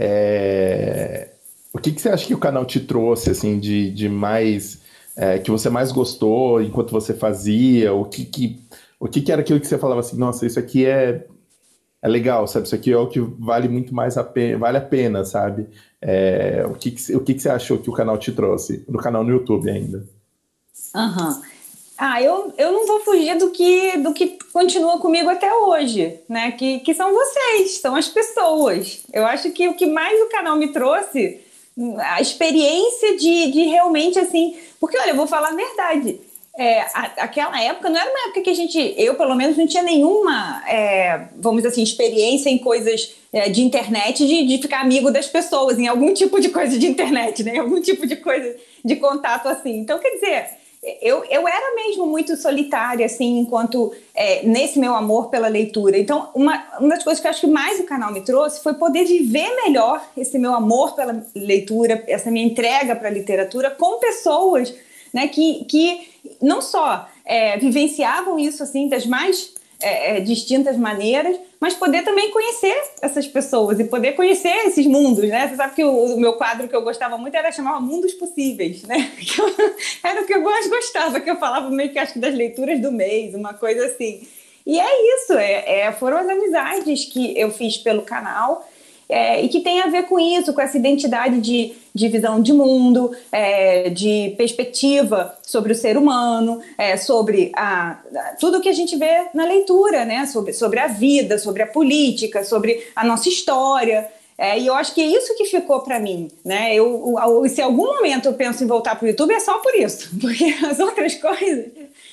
o que você acha que o canal te trouxe, assim, de mais, que você mais gostou enquanto você fazia? O que era aquilo que você falava assim, nossa, isso aqui é legal, sabe? Isso aqui é o que vale muito mais vale a pena, sabe? O que você achou que o canal te trouxe? No canal no YouTube ainda. Aham. Eu não vou fugir do que continua comigo até hoje, né? Que são vocês, são as pessoas. Eu acho que o que mais o canal me trouxe, a experiência de realmente, assim... Porque, olha, eu vou falar a verdade. Aquela época não era uma época que eu pelo menos não tinha nenhuma, vamos dizer assim, experiência em coisas de internet, de ficar amigo das pessoas, em algum tipo de coisa de internet, né? Em algum tipo de coisa de contato assim. Então, quer dizer, eu era mesmo muito solitária, assim, enquanto nesse meu amor pela leitura. Então, uma das coisas que eu acho que mais o canal me trouxe foi poder viver melhor esse meu amor pela leitura, essa minha entrega para a literatura com pessoas, né, que não só vivenciavam isso assim das mais distintas maneiras, mas poder também conhecer essas pessoas e poder conhecer esses mundos, né? Você sabe que o meu quadro que eu gostava muito chamava Mundos Possíveis, né? Era o que eu mais gostava, que eu falava meio que acho que das leituras do mês, uma coisa assim. E é isso, foram as amizades que eu fiz pelo canal, e que tem a ver com isso, com essa identidade de visão de mundo, de perspectiva sobre o ser humano, sobre tudo que a gente vê na leitura, né? Sobre a vida, sobre a política, sobre a nossa história. E eu acho que é isso que ficou para mim, né? Se em algum momento eu penso em voltar para o YouTube, é só por isso, porque as outras coisas...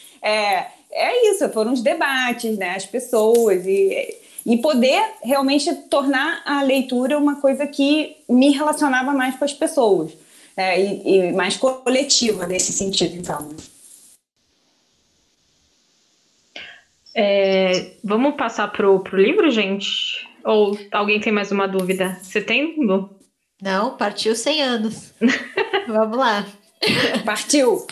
isso, foram os debates, né? As pessoas e poder realmente tornar a leitura uma coisa que me relacionava mais com as pessoas, e mais coletiva nesse sentido, então. Vamos passar pro livro, gente? Ou alguém tem mais uma dúvida? Você tem, Lu? Não, partiu 100 anos. Vamos lá. Partiu!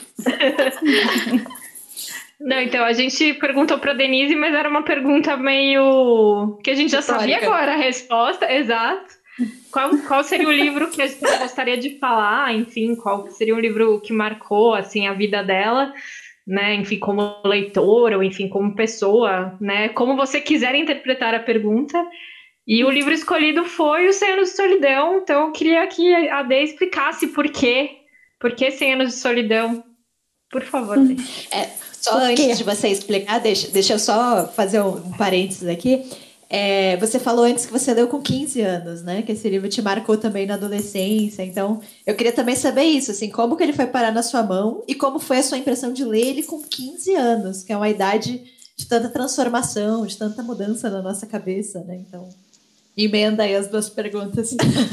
Não, então, a gente perguntou para Denise, mas era uma pergunta meio... que a gente já sabia agora a resposta, exato. Qual seria o livro que a gente gostaria de falar, enfim, qual seria o livro que marcou, assim, a vida dela, né, enfim, como leitora, ou enfim, como pessoa, né, como você quiser interpretar a pergunta. E o livro escolhido foi Os 100 Anos de Solidão, então eu queria que a Dê explicasse por quê 100 Anos de Solidão. Por favor, Dê. Só antes de você explicar, deixa eu só fazer um parênteses aqui. Você falou antes que você leu com 15 anos, né? Que esse livro te marcou também na adolescência. Então, eu queria também saber isso, assim, como que ele foi parar na sua mão e como foi a sua impressão de ler ele com 15 anos, que é uma idade de tanta transformação, de tanta mudança na nossa cabeça, né? Então, emenda aí as duas perguntas.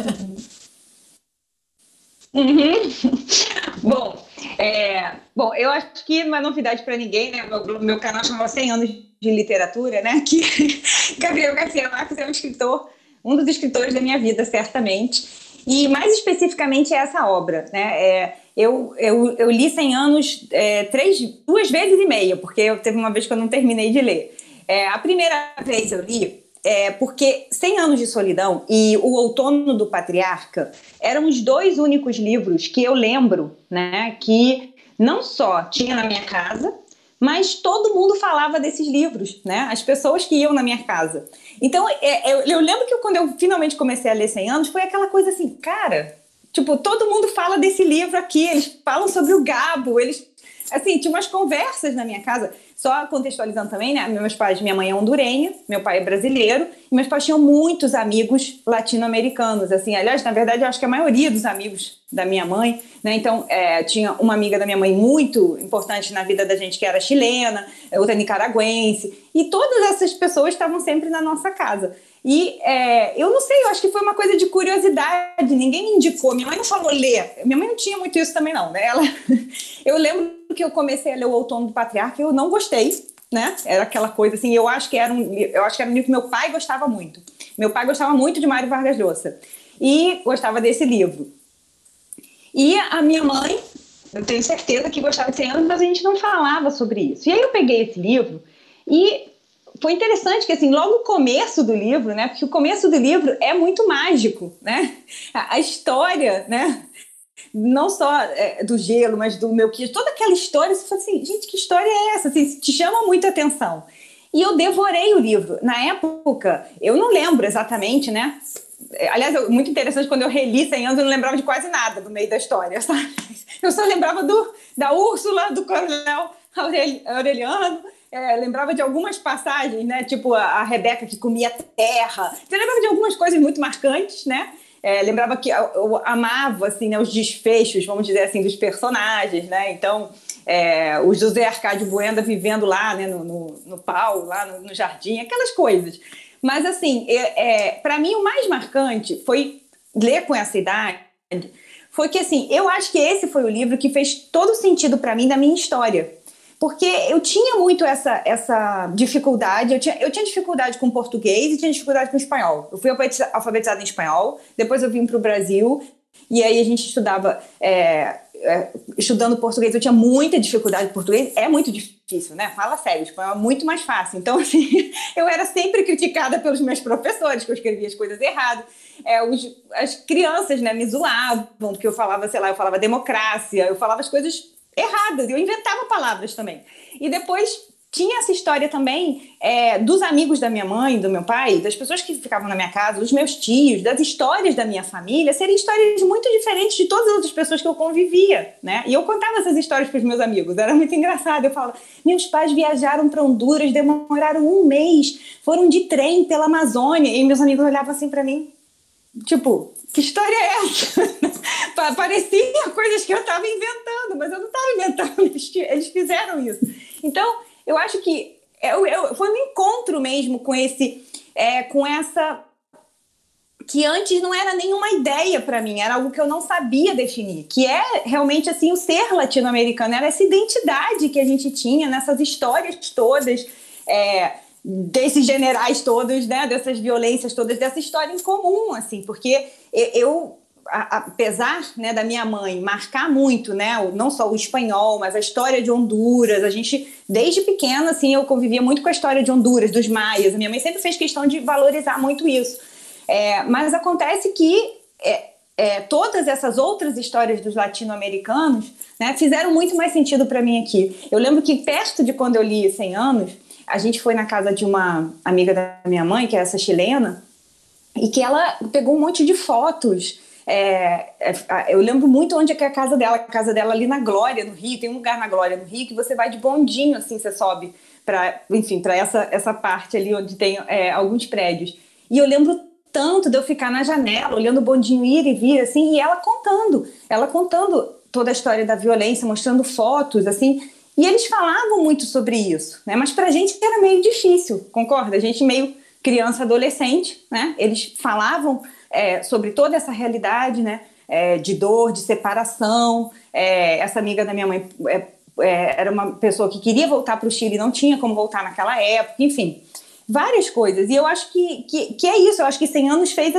Bom, eu acho que não é novidade para ninguém, né? Meu canal chama 100 Anos de Literatura, né? Que Gabriel Garcia Marques é um dos escritores da minha vida, certamente. E mais especificamente é essa obra, né? Eu li 100 Anos 2 vezes e meia, porque teve uma vez que eu não terminei de ler. A primeira vez eu li porque 100 Anos de Solidão e O Outono do Patriarca eram os 2 únicos livros que eu lembro, né, que não só tinha na minha casa, mas todo mundo falava desses livros, né, as pessoas que iam na minha casa. Então, eu lembro que quando eu finalmente comecei a ler 100 Anos, foi aquela coisa assim, cara, tipo, todo mundo fala desse livro aqui, eles falam sobre o Gabo, assim, tinha umas conversas na minha casa. Só contextualizando também, né? Minha mãe é hondurenha, meu pai é brasileiro, e meus pais tinham muitos amigos latino-americanos, assim. Aliás, na verdade, eu acho que a maioria dos amigos da minha mãe, né? Então, tinha uma amiga da minha mãe muito importante na vida da gente, que era chilena, outra nicaragüense, e todas essas pessoas estavam sempre na nossa casa. E eu não sei, eu acho que foi uma coisa de curiosidade, ninguém me indicou, minha mãe não falou ler, minha mãe não tinha muito isso também não, né? Eu lembro que eu comecei a ler O Outono do Patriarca e eu não gostei, né? Era aquela coisa assim, eu acho que era um livro que meu pai gostava muito. Meu pai gostava muito de Mário Vargas Llosa e gostava desse livro. E a minha mãe, eu tenho certeza que gostava de 100 anos, mas a gente não falava sobre isso. E aí eu peguei esse livro e foi interessante que, assim, logo o começo do livro, né? Porque o começo do livro é muito mágico, né? A história, né? Não só do gelo, mas do Melquias, toda aquela história, você fala assim, gente, que história é essa? Assim, te chama muita atenção. E eu devorei o livro. Na época, eu não lembro exatamente, né? Aliás, muito interessante, quando eu reli 100 anos, eu não lembrava de quase nada do meio da história, sabe? Eu só lembrava da Úrsula, do Coronel Aureliano, lembrava de algumas passagens, né? Tipo a Rebeca que comia terra. Eu lembrava de algumas coisas muito marcantes, né? Lembrava que eu amava, assim, né, os desfechos, vamos dizer assim, dos personagens, né? Então, o José Arcádio Buenda vivendo lá, né, no Paulo, lá no jardim, aquelas coisas. Mas, assim, para mim o mais marcante foi ler com essa idade, foi que, assim, eu acho que esse foi o livro que fez todo sentido para mim da minha história. Porque eu tinha muito essa dificuldade, eu tinha dificuldade com português e tinha dificuldade com espanhol. Eu fui alfabetizada em espanhol, depois eu vim para o Brasil e aí a gente estudava, estudando português, eu tinha muita dificuldade com português, é muito difícil, né? Fala sério, o espanhol é muito mais fácil. Então, assim, eu era sempre criticada pelos meus professores, que eu escrevia as coisas errado. As crianças, né, me zoavam, porque eu falava, sei lá, eu falava democracia, eu falava as coisas erradas, eu inventava palavras também. E depois tinha essa história também dos amigos da minha mãe, do meu pai, das pessoas que ficavam na minha casa, dos meus tios, das histórias da minha família, serem histórias muito diferentes de todas as outras pessoas que eu convivia, né? E eu contava essas histórias para os meus amigos, era muito engraçado. Eu falava, meus pais viajaram para Honduras, demoraram 1 mês, foram de trem pela Amazônia, e meus amigos olhavam assim para mim, tipo, que história é essa? Parecia coisas que eu estava inventando, mas eu não estava inventando, eles fizeram isso. Então, eu acho que foi um encontro mesmo com essa que antes não era nenhuma ideia para mim, era algo que eu não sabia definir, que é realmente assim, o ser latino-americano, era essa identidade que a gente tinha nessas histórias todas, desses generais todos, né, dessas violências todas, dessa história em comum, assim, porque apesar, né, da minha mãe marcar muito, né, não só o espanhol, mas a história de Honduras, a gente, desde pequena, assim, eu convivia muito com a história de Honduras, dos maias, a minha mãe sempre fez questão de valorizar muito isso, mas acontece que todas essas outras histórias dos latino-americanos, né, fizeram muito mais sentido para mim aqui. Eu lembro que perto de quando eu li 100 anos, a gente foi na casa de uma amiga da minha mãe, que é essa chilena, e que ela pegou um monte de fotos. Eu lembro muito onde é que é a casa dela ali na Glória, no Rio. Tem um lugar na Glória, no Rio, que você vai de bondinho, assim, você sobe para essa parte ali onde tem alguns prédios. E eu lembro tanto de eu ficar na janela, olhando o bondinho ir e vir, assim, e ela contando toda a história da violência, mostrando fotos, assim. E eles falavam muito sobre isso, né? Mas pra gente era meio difícil, concorda? A gente meio criança, adolescente, né? Eles falavam sobre toda essa realidade, né? De dor, de separação. Essa amiga da minha mãe era uma pessoa que queria voltar para o Chile e não tinha como voltar naquela época, enfim, várias coisas. E eu acho que é isso, eu acho que 100 anos fez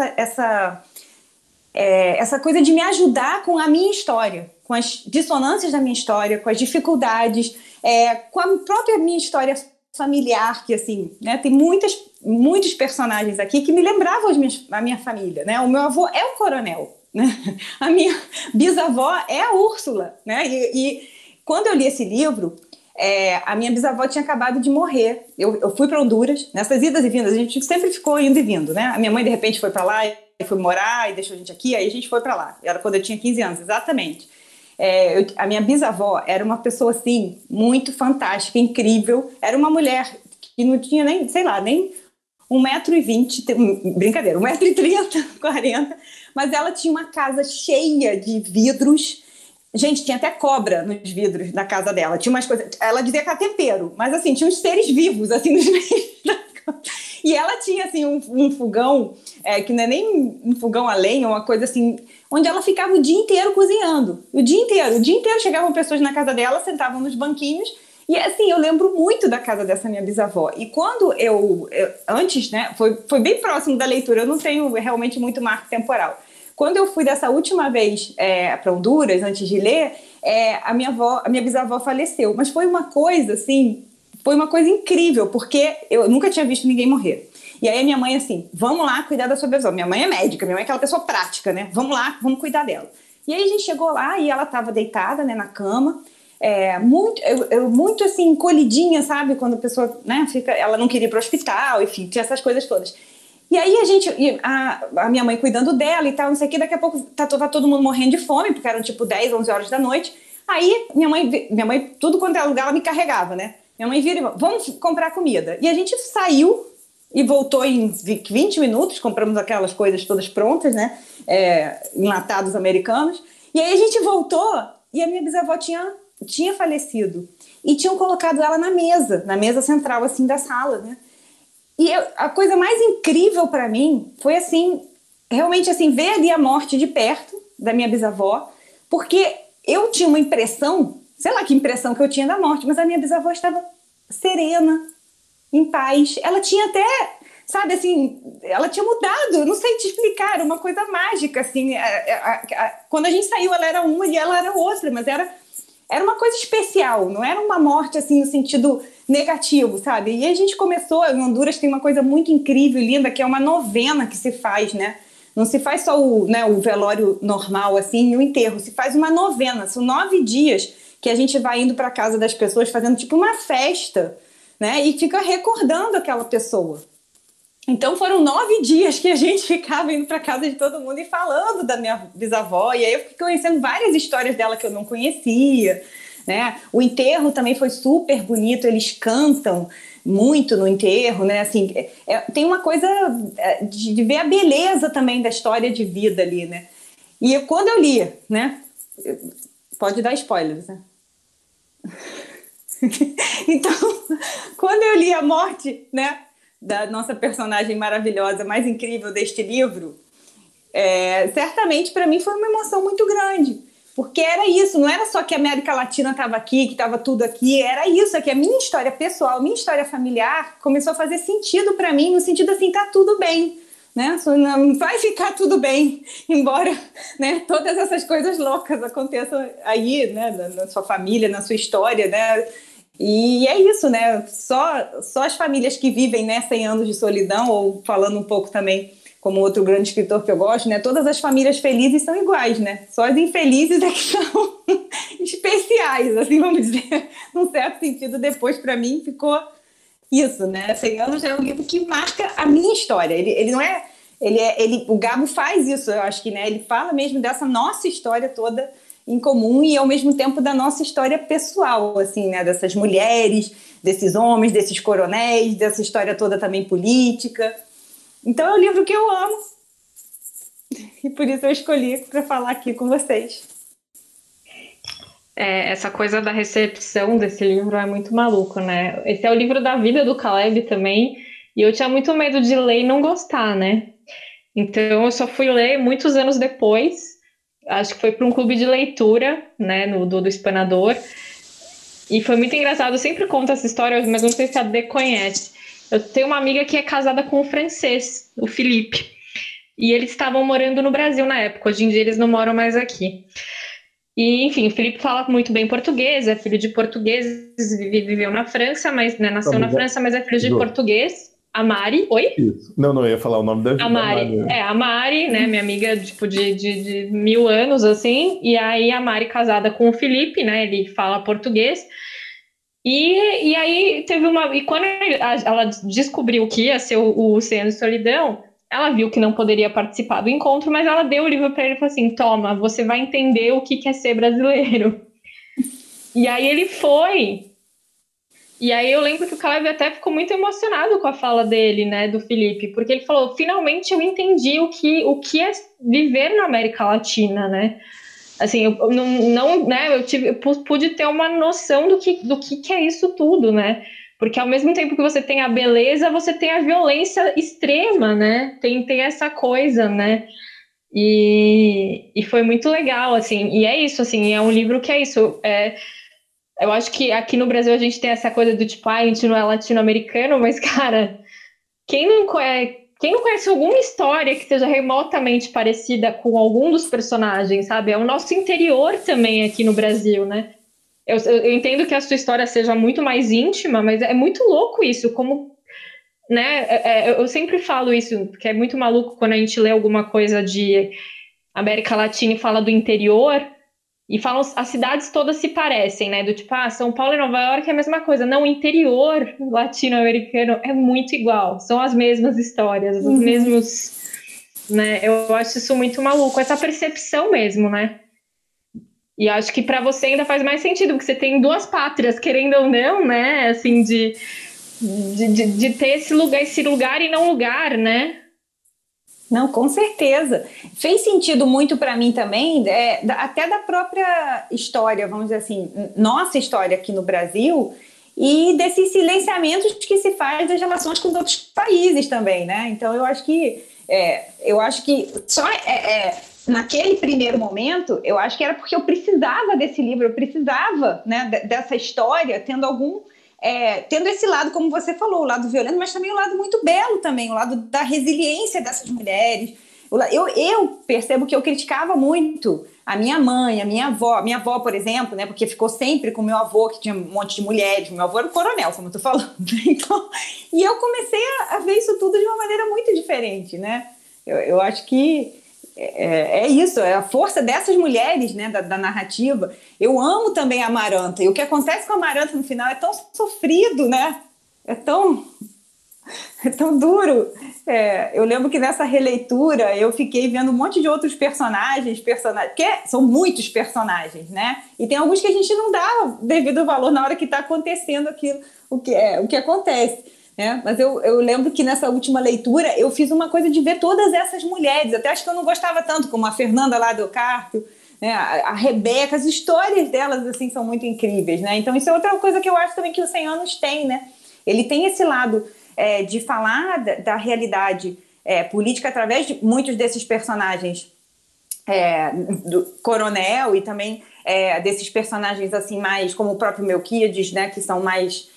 essa coisa de me ajudar com a minha história, com as dissonâncias da minha história, com as dificuldades, com a própria minha história familiar, que assim, né, tem muitos personagens aqui que me lembravam a minha família, né? O meu avô é o coronel, né? A minha bisavó é a Úrsula, né? E quando eu li esse livro, a minha bisavó tinha acabado de morrer. Eu fui para Honduras, nessas idas e vindas, a gente sempre ficou indo e vindo, né? A minha mãe, de repente, foi para lá e foi morar e deixou a gente aqui, aí a gente foi para lá. Era quando eu tinha 15 anos, exatamente. A minha bisavó era uma pessoa, assim, muito fantástica, incrível. Era uma mulher que não tinha nem, sei lá, nem 1,20 m, brincadeira, 1,30 m, 40, mas ela tinha uma casa cheia de vidros. Gente, tinha até cobra nos vidros da casa dela. Tinha umas coisas, ela dizia que era tempero, mas assim, tinha uns seres vivos, assim, nos meios da casa. E ela tinha, assim, um fogão, que não é nem um fogão a lenha, uma coisa assim, onde ela ficava o dia inteiro cozinhando. O dia inteiro chegavam pessoas na casa dela, sentavam nos banquinhos. E, assim, eu lembro muito da casa dessa minha bisavó. E quando antes, né, foi bem próximo da leitura, eu não tenho realmente muito marco temporal. Quando eu fui dessa última vez para Honduras, antes de ler, a minha bisavó faleceu. Mas foi uma coisa, assim, incrível, porque eu nunca tinha visto ninguém morrer. E aí a minha mãe, assim, vamos lá cuidar da sua bisavó. Minha mãe é médica, minha mãe é aquela pessoa prática, né? Vamos lá, vamos cuidar dela. E aí a gente chegou lá e ela estava deitada, né, na cama, muito assim, encolhidinha, sabe? Quando a pessoa, né, ela não queria ir para o hospital, enfim, tinha essas coisas todas. E aí a minha mãe cuidando dela e tal, não sei o que, daqui a pouco tava todo mundo morrendo de fome, porque eram tipo 10, 11 horas da noite. Aí minha mãe, tudo quanto era lugar, ela me carregava, né? Minha mãe vira e falou, vamos comprar comida. E a gente saiu e voltou em 20 minutos, compramos aquelas coisas todas prontas, né? Enlatados americanos. E aí a gente voltou e a minha bisavó tinha falecido. E tinham colocado ela na mesa central, assim, da sala, né? E a coisa mais incrível para mim foi, assim, realmente, assim, ver ali a morte de perto da minha bisavó, porque eu tinha uma impressão, sei lá que impressão que eu tinha da morte, mas a minha bisavó estava serena, em paz. Ela tinha até, sabe, assim, ela tinha mudado, não sei te explicar, era uma coisa mágica, assim. Quando a gente saiu, ela era uma e ela era outra, mas era uma coisa especial, não era uma morte, assim, no sentido negativo, sabe? E a gente começou, em Honduras tem uma coisa muito incrível e linda, que é uma novena que se faz, né? Não se faz só o velório normal, assim, e o enterro, se faz uma novena. São 9 dias que a gente vai indo para casa das pessoas, fazendo tipo uma festa, né? E fica recordando aquela pessoa. Então foram 9 dias que a gente ficava indo para casa de todo mundo e falando da minha bisavó. E aí eu fiquei conhecendo várias histórias dela que eu não conhecia, né? O enterro também foi super bonito, eles cantam muito no enterro, né? Assim, tem uma coisa de ver a beleza também da história de vida ali, né? E quando eu li, né? Pode dar spoilers, né? Então, quando eu li a morte, né, da nossa personagem maravilhosa, mais incrível deste livro, certamente para mim foi uma emoção muito grande, porque era isso, não era só que a América Latina estava aqui, que estava tudo aqui, era isso, é que a minha história pessoal, a minha história familiar começou a fazer sentido para mim, no sentido assim, tá tudo bem, né? Não vai ficar tudo bem, embora, né, todas essas coisas loucas aconteçam aí, né, na sua família, na sua história, né? E é isso, né? Só as famílias que vivem, né, 100 anos de solidão, ou falando um pouco também como outro grande escritor que eu gosto, né? Todas as famílias felizes são iguais, né? Só as infelizes é que são especiais, assim, vamos dizer. Num certo sentido, depois, para mim, ficou isso, né? 100 anos é um livro que marca a minha história. Ele não é... o Gabo faz isso, eu acho que, né? Ele fala mesmo dessa nossa história toda em comum e, ao mesmo tempo, da nossa história pessoal, assim, né? Dessas mulheres, desses homens, desses coronéis, dessa história toda também política. Então, é um livro que eu amo e por isso eu escolhi para falar aqui com vocês. Essa coisa da recepção desse livro é muito maluco, né? Esse é o livro da vida do Caleb também, e eu tinha muito medo de ler e não gostar, né? Então, eu só fui ler muitos anos depois, acho que foi para um clube de leitura, né, do Espanador, e foi muito engraçado. Eu sempre conto essa história, mas não sei se a Dê conhece. Eu tenho uma amiga que é casada com um francês, o Felipe, e eles estavam morando no Brasil na época. Hoje em dia eles não moram mais aqui. E, enfim, o Felipe fala muito bem português, é filho de portugueses, viveu na França, mas, né, nasceu na França, mas é filho de português. A Mari, oi? Isso. Não, eu ia falar o nome da a Mari. A Mari, né, minha amiga, tipo, de 1000 anos, assim, e aí a Mari casada com o Felipe, né, ele fala português. E aí teve uma... E quando ela descobriu que ia ser o 100 anos de solidão, ela viu que não poderia participar do encontro, mas ela deu o livro para ele e falou assim, toma, você vai entender o que é ser brasileiro. E aí ele foi. E aí eu lembro que o Caleb até ficou muito emocionado com a fala dele, né, do Felipe, porque ele falou, finalmente eu entendi o que é viver na América Latina, né? Assim, eu não, né, eu pude ter uma noção do que é isso tudo, né? Porque ao mesmo tempo que você tem a beleza, você tem a violência extrema, né? Tem essa coisa, né? E foi muito legal, assim. E é isso, assim, é um livro que é isso. Eu acho que aqui no Brasil a gente tem essa coisa do tipo, a gente não é latino-americano, mas, cara, quem não conhece alguma história que seja remotamente parecida com algum dos personagens, sabe? É o nosso interior também aqui no Brasil, né? Eu entendo que a sua história seja muito mais íntima, mas é muito louco isso, como, né? Eu sempre falo isso, que é muito maluco quando a gente lê alguma coisa de América Latina e fala do interior, e falam as cidades todas se parecem, né? Do tipo, São Paulo e Nova York é a mesma coisa. Não, o interior latino-americano é muito igual, são as mesmas histórias, os mesmos, né? Eu acho isso muito maluco, essa percepção mesmo, né? E acho que para você ainda faz mais sentido, porque você tem duas pátrias, querendo ou não, né? Assim, de ter esse lugar e não lugar, né? Não, com certeza. Fez sentido muito para mim também, até da própria história, vamos dizer assim, nossa história aqui no Brasil, e desses silenciamentos que se faz das relações com os outros países também, né? Então, eu acho que só naquele primeiro momento, eu acho que era porque eu precisava desse livro, eu precisava, né, dessa história, tendo esse lado, como você falou, o lado violento, mas também o lado muito belo também, o lado da resiliência dessas mulheres. Eu percebo que eu criticava muito a minha mãe, a minha avó, por exemplo, né, porque ficou sempre com meu avô, que tinha um monte de mulheres, meu avô era um coronel, como eu tô falando. Então, e eu comecei a ver isso tudo de uma maneira muito diferente, né? Eu acho que é isso, é a força dessas mulheres, né, da narrativa. Eu amo também a Amaranta, e o que acontece com a Amaranta no final é tão sofrido, né? É tão duro. Eu lembro que nessa releitura eu fiquei vendo um monte de outros personagens, porque são muitos personagens, né? E tem alguns que a gente não dá devido valor na hora que está acontecendo aquilo, o que acontece. Mas eu lembro que nessa última leitura eu fiz uma coisa de ver todas essas mulheres, até acho que eu não gostava tanto, como a Fernanda lá do Carpio, né? A Rebeca, as histórias delas assim, são muito incríveis, né? Então isso é outra coisa que eu acho também que o 100 Anos tem, né? Ele tem esse lado de falar da realidade política através de muitos desses personagens do Coronel e também desses personagens assim mais, como o próprio Melquíades, né? Que são mais...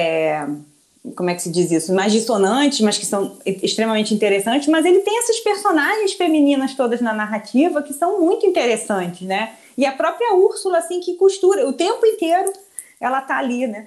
como é que se diz isso? Mais dissonantes, mas que são extremamente interessantes, mas ele tem essas personagens femininas todas na narrativa que são muito interessantes, né? E a própria Úrsula, assim, que costura, o tempo inteiro ela tá ali, né?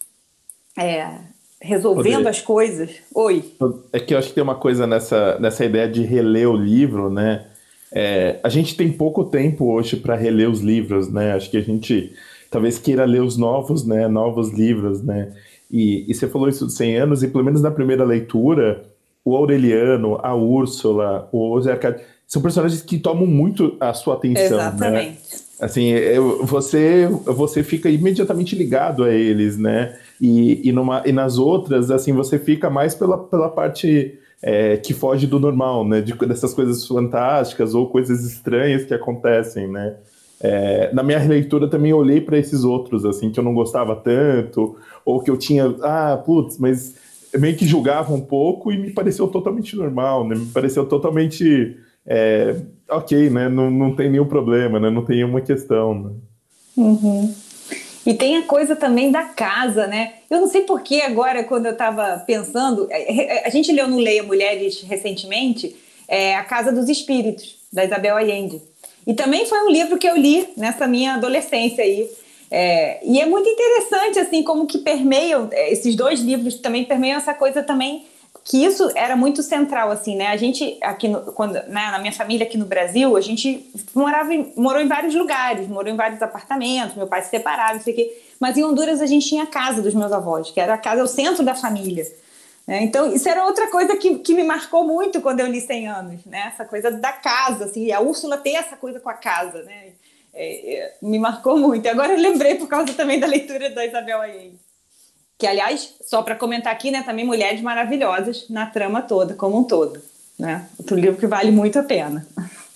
Resolvendo as coisas. Oi. É que eu acho que tem uma coisa nessa ideia de reler o livro, né? A gente tem pouco tempo hoje para reler os livros, né? Acho que a gente talvez queira ler os novos livros, né? E você falou isso de 100 anos, e pelo menos na primeira leitura, o Aureliano, a Úrsula, o Zé Arcade, são personagens que tomam muito a sua atenção. Exatamente. Né? Assim, você fica imediatamente ligado a eles, né? E nas outras, assim, você fica mais pela parte que foge do normal, né? Dessas coisas fantásticas ou coisas estranhas que acontecem, né? Na minha releitura também olhei para esses outros, assim, que eu não gostava tanto, ou que eu tinha, mas meio que julgava um pouco e me pareceu totalmente normal, né? Me pareceu totalmente ok, né? Não tem nenhum problema, né? Não tem nenhuma questão, né? Uhum. E tem a coisa também da casa, né? Eu não sei por que agora, quando eu estava pensando, a gente leu no Leia Mulheres recentemente, A Casa dos Espíritos, da Isabel Allende. E também foi um livro que eu li nessa minha adolescência aí. E é muito interessante, assim, como que permeiam, esses dois livros também permeiam essa coisa também, que isso era muito central, assim, né? A gente, aqui na minha família aqui no Brasil, a gente morou em vários lugares, morou em vários apartamentos, meu pai se separava, não sei o quê. Mas em Honduras a gente tinha a casa dos meus avós, que era a casa, o centro da família. Então, isso era outra coisa que me marcou muito quando eu li 100 Anos, né? Essa coisa da casa, assim, e a Úrsula tem essa coisa com a casa, né? Me marcou muito. E agora eu lembrei por causa também da leitura da Isabel Allende. Que, aliás, só para comentar aqui, né, também mulheres maravilhosas na trama toda, como um todo, né? Outro livro que vale muito a pena.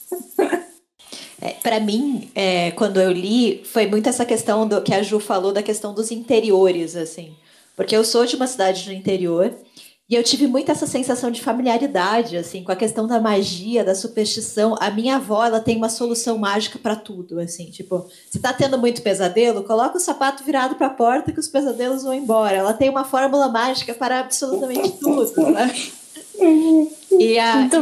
Para mim, quando eu li, foi muito essa questão que a Ju falou da questão dos interiores, assim. Porque eu sou de uma cidade do interior e eu tive muito essa sensação de familiaridade, assim, com a questão da magia, da superstição. A minha avó, ela tem uma solução mágica para tudo, assim, tipo, se tá tendo muito pesadelo, coloca o sapato virado para a porta que os pesadelos vão embora. Ela tem uma fórmula mágica para absolutamente tudo, né? E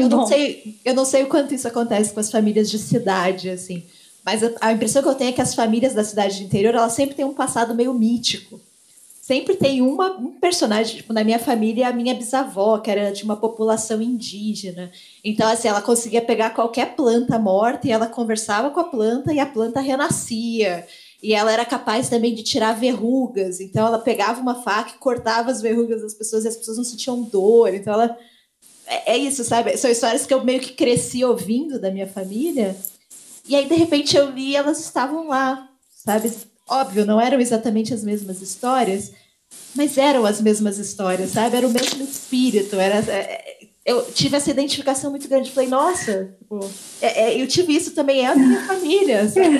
eu não sei o quanto isso acontece com as famílias de cidade, assim, mas a impressão que eu tenho é que as famílias da cidade do interior, elas sempre têm um passado meio mítico. Sempre tem um personagem, tipo, na minha família, a minha bisavó, que era de uma população indígena. Então, assim, ela conseguia pegar qualquer planta morta e ela conversava com a planta e a planta renascia. E ela era capaz também de tirar verrugas. Então, ela pegava uma faca e cortava as verrugas das pessoas e as pessoas não sentiam dor. Então, ela... É isso, sabe? São histórias que eu meio que cresci ouvindo da minha família. E aí, de repente, eu li e elas estavam lá, sabe? Óbvio, não eram exatamente as mesmas histórias, mas eram as mesmas histórias, sabe? Era o mesmo espírito. Eu tive essa identificação muito grande. Falei, nossa, eu tive isso também, é a minha família, sabe?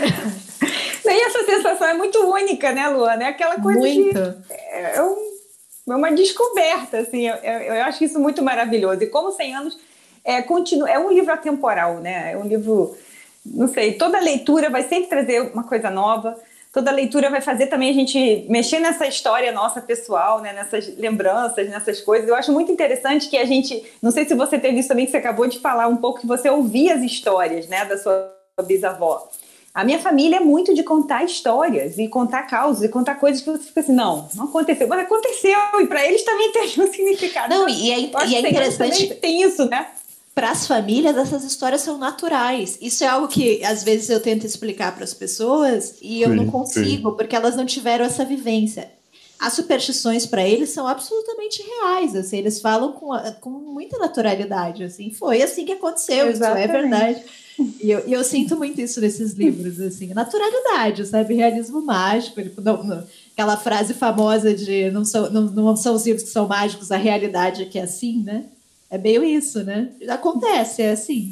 E essa sensação é muito única, né, Luana? É aquela coisa muito. É uma descoberta, assim. Eu acho isso muito maravilhoso. E como 100 anos é um livro atemporal, né? É um livro, não sei, toda leitura vai sempre trazer uma coisa nova. Toda leitura vai fazer também a gente mexer nessa história nossa pessoal, né? Nessas lembranças, nessas coisas. Eu acho muito interessante que a gente... Não sei se você teve isso também, que você acabou de falar um pouco, que você ouvia as histórias, né, da sua bisavó. A minha família é muito de contar histórias e contar causas e contar coisas que você fica assim, não aconteceu. Mas aconteceu, e para eles também tem um significado. Não, e é interessante... Tem isso, né? Para as famílias, essas histórias são naturais. Isso é algo que, às vezes, eu tento explicar para as pessoas e eu não consigo, porque elas não tiveram essa vivência. As superstições, para eles, são absolutamente reais. Assim, eles falam com muita naturalidade. Assim, foi assim que aconteceu, exatamente. Isso é verdade. E eu sinto muito isso nesses livros. Assim, naturalidade, sabe? Realismo mágico. Tipo, aquela frase famosa de não são os livros que são mágicos, a realidade é que é assim, né? É meio isso, né? Acontece, é assim.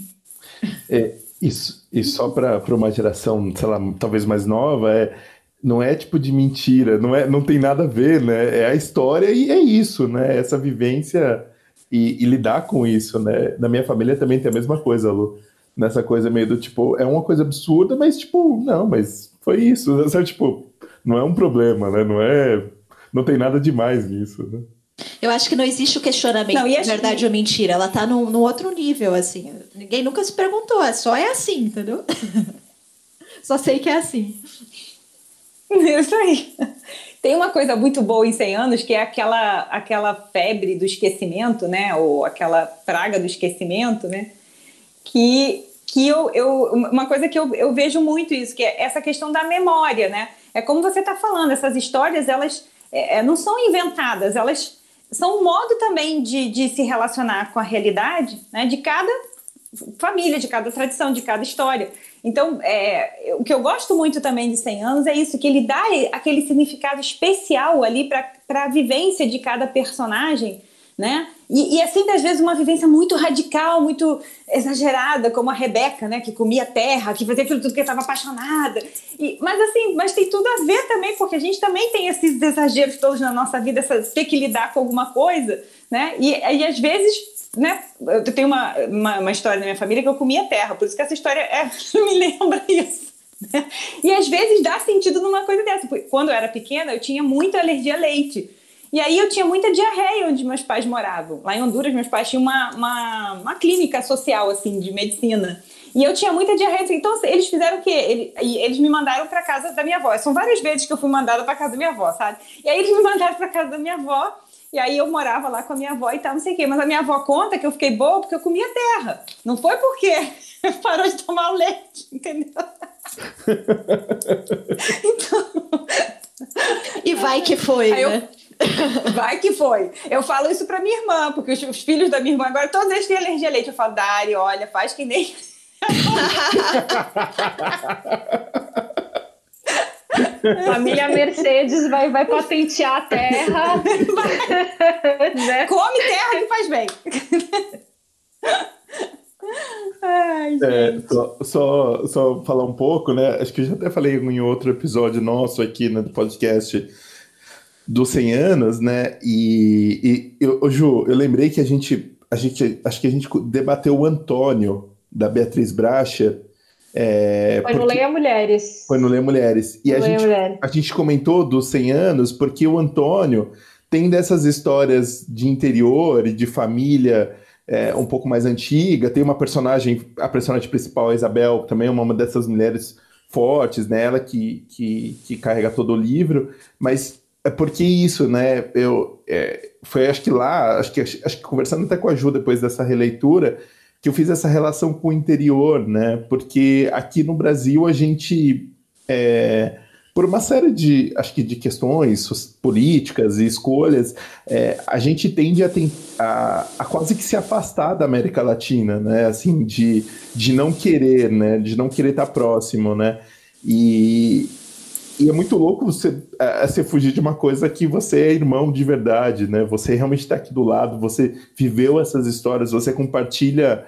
Isso. E só para uma geração, sei lá, talvez mais nova, não é tipo de mentira, não tem nada a ver, né? É a história e é isso, né? Essa vivência e lidar com isso, né? Na minha família também tem a mesma coisa, Lu. Nessa coisa meio do tipo, é uma coisa absurda, mas tipo, não, mas foi isso. Sabe? Tipo, não é um problema, né? Não tem nada demais nisso, né? Eu acho que não existe o questionamento de verdade ou mentira. Ela tá num outro nível, assim. Ninguém nunca se perguntou, só é assim, entendeu? Só sei que é assim. Isso aí. Tem uma coisa muito boa em 100 anos, que é aquela febre do esquecimento, né? Ou aquela praga do esquecimento, né? Uma coisa que eu vejo muito isso, que é essa questão da memória, né? É como você está falando, essas histórias, elas não são inventadas, elas são um modo também de se relacionar com a realidade, né, de cada família, de cada tradição, de cada história. Então, o que eu gosto muito também de 100 anos é isso, que ele dá aquele significado especial ali para a vivência de cada personagem, né? E é sempre, às vezes, uma vivência muito radical, muito exagerada, como a Rebeca, né? Que comia terra, que fazia aquilo tudo que estava apaixonada. Mas tem tudo a ver também, porque a gente também tem esses exageros todos na nossa vida, ter que lidar com alguma coisa, né? E às vezes, né? Eu tenho uma história na minha família que eu comia terra, por isso que essa história me lembra isso. Né? E às vezes dá sentido numa coisa dessa. Quando eu era pequena, eu tinha muita alergia a leite. E aí eu tinha muita diarreia onde meus pais moravam. Lá em Honduras, meus pais tinham uma clínica social, assim, de medicina. E eu tinha muita diarreia. Então, eles fizeram o quê? Eles me mandaram para casa da minha avó. São várias vezes que eu fui mandada para casa da minha avó, sabe? E aí eles me mandaram para casa da minha avó. E aí eu morava lá com a minha avó e tal, não sei o quê. Mas a minha avó conta que eu fiquei boa porque eu comia terra. Não foi porque parou de tomar o leite, entendeu? Então... E vai que foi, né? Vai que foi. Eu falo isso pra minha irmã, porque os filhos da minha irmã agora todos eles têm alergia a leite. Eu falo, Dari, olha, faz que nem... Família Mercedes vai patentear a terra. Né? Come terra que faz bem. Ai, só falar um pouco, né? Acho que eu já até falei em outro episódio nosso aqui no podcast dos 100 anos, né? Ju, eu lembrei que acho que a gente debateu o Antônio, da Beatriz Bracha. Foi no Leia Mulheres. Foi no Leia Mulheres. E a gente comentou dos 100 anos porque o Antônio tem dessas histórias de interior e de família um pouco mais antiga. Tem uma personagem, a personagem principal, a Isabel, também é uma dessas mulheres fortes, né? Ela que carrega todo o livro. Mas é porque isso, né? Foi acho que conversando até com a Ju depois dessa releitura, que eu fiz essa relação com o interior, né? Porque aqui no Brasil a gente, por uma série de questões políticas e escolhas, a gente tende a quase que se afastar da América Latina, né? Assim, de não querer, né? De não querer estar próximo, né? E é muito louco você fugir de uma coisa que você é irmão de verdade, né? Você realmente está aqui do lado, você viveu essas histórias, você compartilha,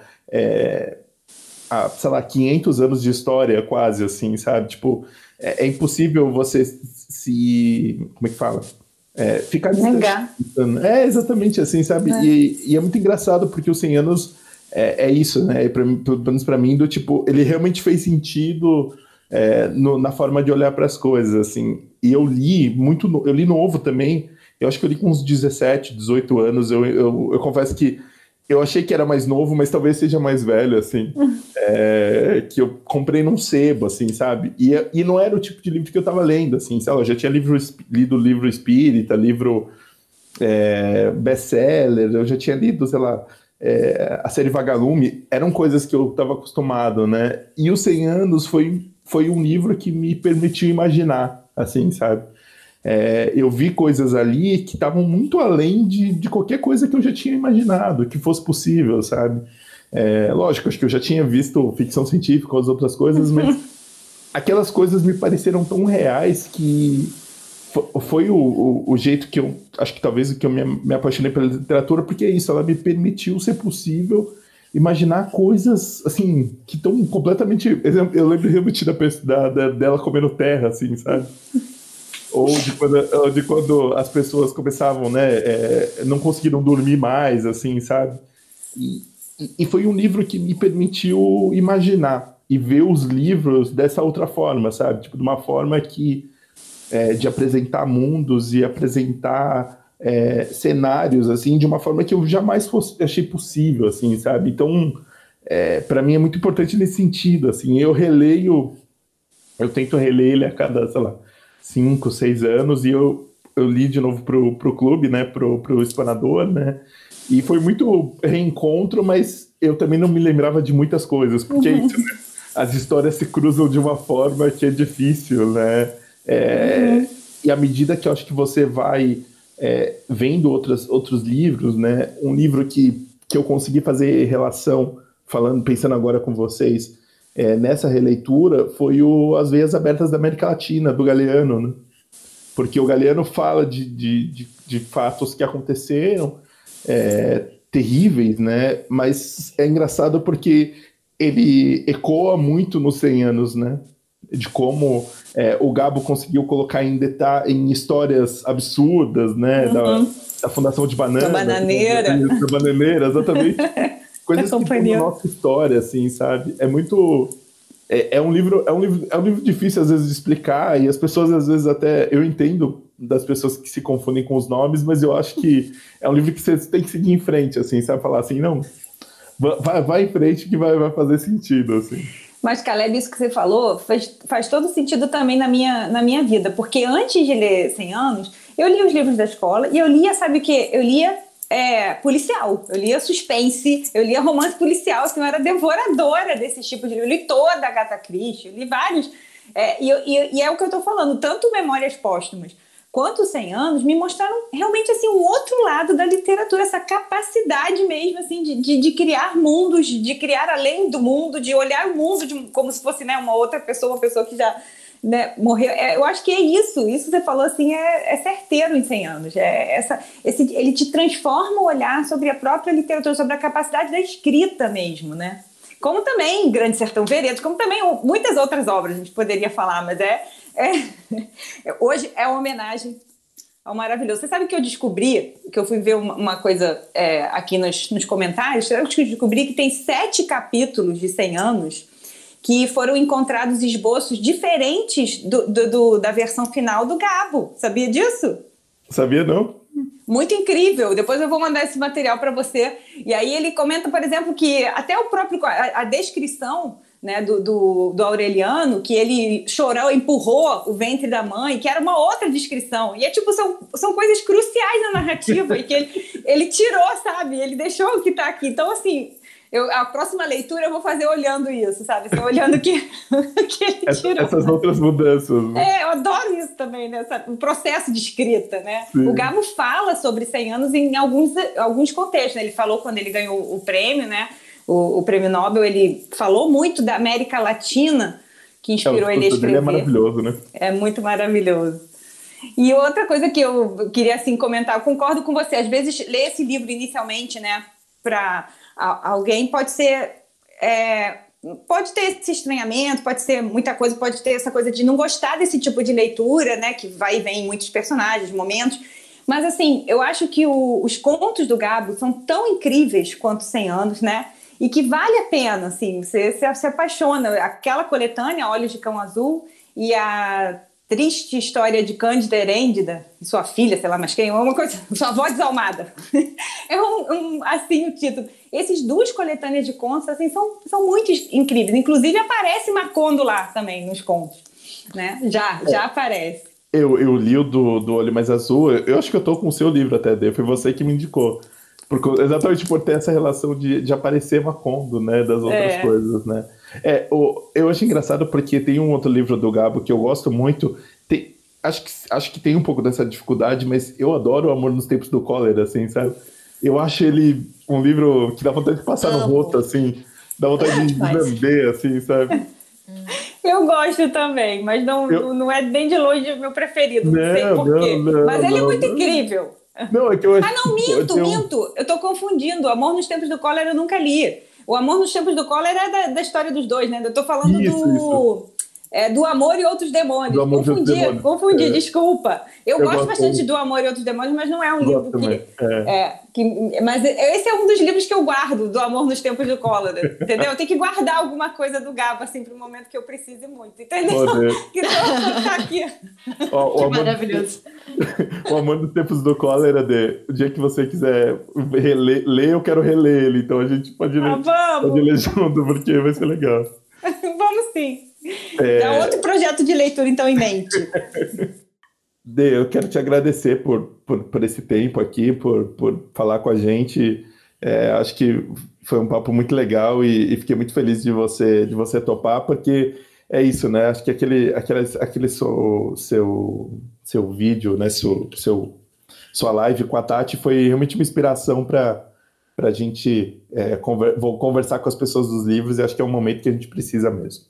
sei lá, 500 anos de história quase, assim, sabe? Tipo, é impossível você como é que fala? Ficar negar. Exatamente assim, sabe? E é muito engraçado porque os 100 anos é isso, né? Pelo menos para mim, do tipo, ele realmente fez sentido na forma de olhar para as coisas, assim. E eu li novo também. Eu acho que eu li com uns 17, 18 anos. Eu confesso que eu achei que era mais novo, mas talvez seja mais velho, assim. Que eu comprei num sebo, assim, sabe? E não era o tipo de livro que eu estava lendo, assim, sabe? Eu já tinha lido livro espírita, livro best-seller, eu já tinha lido, sei lá, a série Vagalume. Eram coisas que eu estava acostumado, né? E os 100 anos foi um livro que me permitiu imaginar, assim, sabe? Eu vi coisas ali que estavam muito além de qualquer coisa que eu já tinha imaginado, que fosse possível, sabe? Lógico, acho que eu já tinha visto ficção científica ou as outras coisas, mas aquelas coisas me pareceram tão reais que foi o jeito que eu... Acho que talvez o que eu me apaixonei pela literatura, porque é isso, ela me permitiu ser possível imaginar coisas, assim, que estão completamente... Eu lembro realmente dela comendo terra, assim, sabe? Ou de quando as pessoas começavam, né, não conseguiram dormir mais, assim, sabe? E foi um livro que me permitiu imaginar e ver os livros dessa outra forma, sabe? Tipo, de uma forma de apresentar mundos e apresentar cenários, assim, de uma forma que eu jamais achei possível, assim, sabe? Então, para mim é muito importante nesse sentido, assim. Eu tento reler ele a cada, sei lá, 5, 6 anos, e eu li de novo pro clube, né, pro Espanador, né, e foi muito reencontro, mas eu também não me lembrava de muitas coisas, porque é isso, né? As histórias se cruzam de uma forma que é difícil, né, e à medida que eu acho que você vai vendo outros livros, né, um livro que eu consegui fazer relação, pensando agora com vocês, nessa releitura, foi As Veias Abertas da América Latina, do Galeano, né? Porque o Galeano fala de fatos que aconteceram, terríveis, né? Mas é engraçado porque ele ecoa muito nos 100 anos, né? De como o Gabo conseguiu colocar em histórias absurdas, né? Da Fundação de Banana. Da bananeira. Da bananeira, exatamente. Coisas que estão na nossa história, assim, sabe? É muito... É um livro difícil, às vezes, de explicar, e as pessoas, às vezes, até... Eu entendo das pessoas que se confundem com os nomes, mas eu acho que é um livro que você tem que seguir em frente, assim, sabe? Falar assim, não, vai em frente que vai fazer sentido, assim. Mas, Caleb, isso que você falou faz todo sentido também na minha vida, porque antes de ler 100 anos, eu lia os livros da escola, e eu lia, sabe o quê? Eu lia... policial, eu lia suspense, eu lia romance policial, assim, eu era devoradora desse tipo de livro, eu li toda a Agatha Christie, eu li vários, e é o que eu estou falando, tanto Memórias Póstumas quanto 100 anos me mostraram realmente, assim, um outro lado da literatura, essa capacidade mesmo, assim, de criar mundos, de criar além do mundo, de olhar o mundo como se fosse, né, uma outra pessoa, uma pessoa que já... né, morreu. Eu acho que é isso que você falou, assim, é certeiro em 100 anos. Ele te transforma o olhar sobre a própria literatura, sobre a capacidade da escrita mesmo, né? Como também Grande Sertão Veredas, como também muitas outras obras a gente poderia falar, mas hoje é uma homenagem maravilhoso. Você sabe que eu descobri, que eu fui ver uma coisa aqui nos comentários, eu descobri que tem 7 capítulos de 100 anos que foram encontrados esboços diferentes da versão final do Gabo. Sabia disso? Sabia, não? Muito incrível. Depois eu vou mandar esse material para você. E aí ele comenta, por exemplo, que até o próprio... A descrição, né, do Aureliano, que ele chorou, empurrou o ventre da mãe, que era uma outra descrição. E tipo, são coisas cruciais na narrativa e que ele tirou, sabe? Ele deixou o que está aqui. Então, assim... a próxima leitura eu vou fazer olhando isso, sabe? Assim, olhando o que ele tirou. Essas outras mudanças. Né? Eu adoro isso também, né? O processo de escrita, né? Sim. O Gabo fala sobre 100 anos em alguns contextos. Né? Ele falou quando ele ganhou o prêmio, né? O prêmio Nobel, ele falou muito da América Latina, que inspirou ele a escrever. É maravilhoso, né? É muito maravilhoso. E outra coisa que eu queria assim, comentar, eu concordo com você. Às vezes, ler esse livro inicialmente, né? Alguém pode ter esse estranhamento, pode ser muita coisa, pode ter essa coisa de não gostar desse tipo de leitura, né, que vai e vem em muitos personagens, momentos, mas assim, eu acho que os contos do Gabo são tão incríveis quanto 100 anos, né, e que vale a pena, assim, você se apaixona. Aquela coletânea, Olhos de Cão Azul, e a Triste História de Cândida Herêndida, e sua filha, sei lá mais quem, uma coisa, sua avó desalmada. É assim o título. Esses 2 coletâneas de contos assim, são muito incríveis. Inclusive aparece Macondo lá também nos contos. Né? Já aparece. Eu li o do Olho Mais Azul, eu acho que eu tô com o seu livro até, foi você que me indicou. Exatamente por ter essa relação de aparecer Macondo, né, das outras coisas, né. Eu acho engraçado porque tem um outro livro do Gabo que eu gosto muito, acho que tem um pouco dessa dificuldade, mas eu adoro O Amor nos Tempos do Cólera, assim, sabe? Eu acho ele um livro que dá vontade de passar no rosto, assim, dá vontade de lamber, assim, sabe? Eu gosto também, mas não é nem de longe o meu preferido, não sei porquê. Mas ele é muito incrível. Não, é que eu acho minto. Eu tô confundindo. O Amor nos Tempos do Cólera eu nunca li. O Amor nos Tempos do Cólera é da história dos dois, né? Eu tô falando do Amor e Outros Demônios. Confundi, desculpa. Eu gosto bastante do Amor e Outros Demônios, mas não é um livro mas esse é um dos livros que eu guardo, do Amor nos Tempos do Cólera, entendeu? Eu tenho que guardar alguma coisa do Gabo, assim, para o momento que eu precise muito, entendeu? Então, tá aqui. Que maravilhoso. O Amor nos Tempos do Cólera, o dia que você quiser ler, eu quero reler ele, então a gente pode ler junto, porque vai ser legal. Vamos sim. Dá outro projeto de leitura, então, em mente. Eu quero te agradecer por esse tempo aqui, por falar com a gente. Acho que foi um papo muito legal e fiquei muito feliz de você topar, porque é isso, né? Acho que aquele seu vídeo, né? Sua live com a Tati foi realmente uma inspiração para a gente conversar com as pessoas dos livros, e acho que é um momento que a gente precisa mesmo.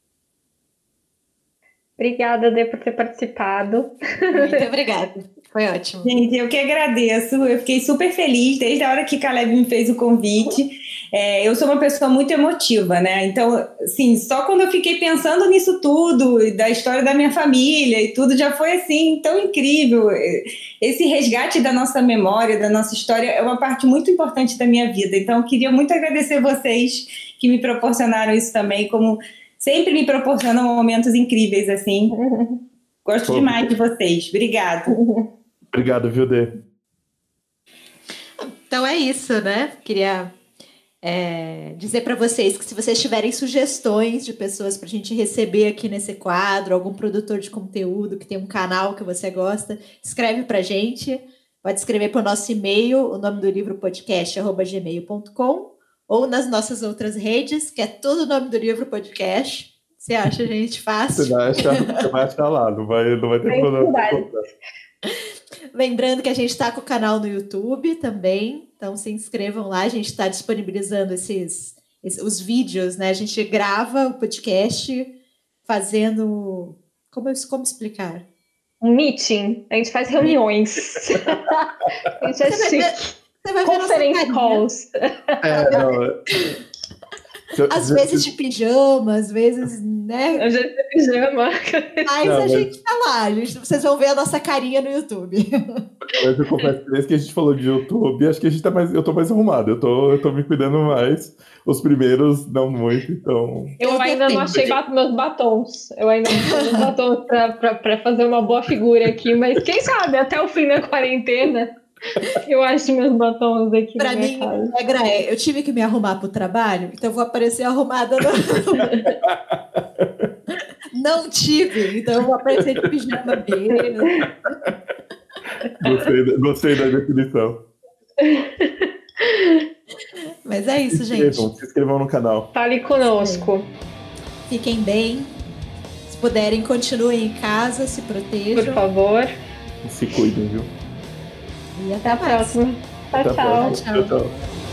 Obrigada, Dê, por ter participado. Muito obrigada. Foi ótimo. Gente, eu que agradeço. Eu fiquei super feliz desde a hora que Caleb me fez o convite. Eu sou uma pessoa muito emotiva, né? Então, assim, só quando eu fiquei pensando nisso tudo, da história da minha família e tudo, já foi, assim, tão incrível. Esse resgate da nossa memória, da nossa história, é uma parte muito importante da minha vida. Então, eu queria muito agradecer vocês que me proporcionaram isso também, como sempre me proporcionam momentos incríveis, assim. Gosto demais de vocês. Obrigada. Obrigado, viu, Dê? Então é isso, né? Queria dizer para vocês que se vocês tiverem sugestões de pessoas para a gente receber aqui nesse quadro, algum produtor de conteúdo que tem um canal que você gosta, escreve para a gente. Pode escrever para o nosso e-mail, o nome do livro podcast@gmail.com, ou nas nossas outras redes, que é tudo o nome do livro podcast. Você acha, gente, fácil? Você vai achar lá, não vai ter problema. Lembrando que a gente está com o canal no YouTube também, então se inscrevam lá, a gente está disponibilizando os vídeos, né? A gente grava o podcast fazendo... Como explicar? Um meeting, a gente faz reuniões. A gente Você vai ver conference calls. Às vezes de pijama, às vezes, né? Às vezes de pijama. Mas a gente tá lá, vocês vão ver a nossa carinha no YouTube. Mas eu confesso que desde que a gente falou de YouTube, acho que eu tô mais arrumado, eu tô me cuidando mais. Os primeiros, não muito, então... Eu ainda não achei meus batons. Eu ainda não tenho meus batons pra fazer uma boa figura aqui, mas quem sabe, até o fim da quarentena, eu acho meus batons aqui. Pra mim, a regra é, eu tive que me arrumar pro trabalho, então eu vou aparecer arrumada. Não tive, então eu vou aparecer de pijama mesmo. Gostei da definição. Mas é isso, gente. Se inscrevam no canal. Fale conosco. Fiquem bem. Se puderem, continuem em casa, se protejam. Por favor. Se cuidem, viu? E até a próxima. Tchau, tchau. Tchau.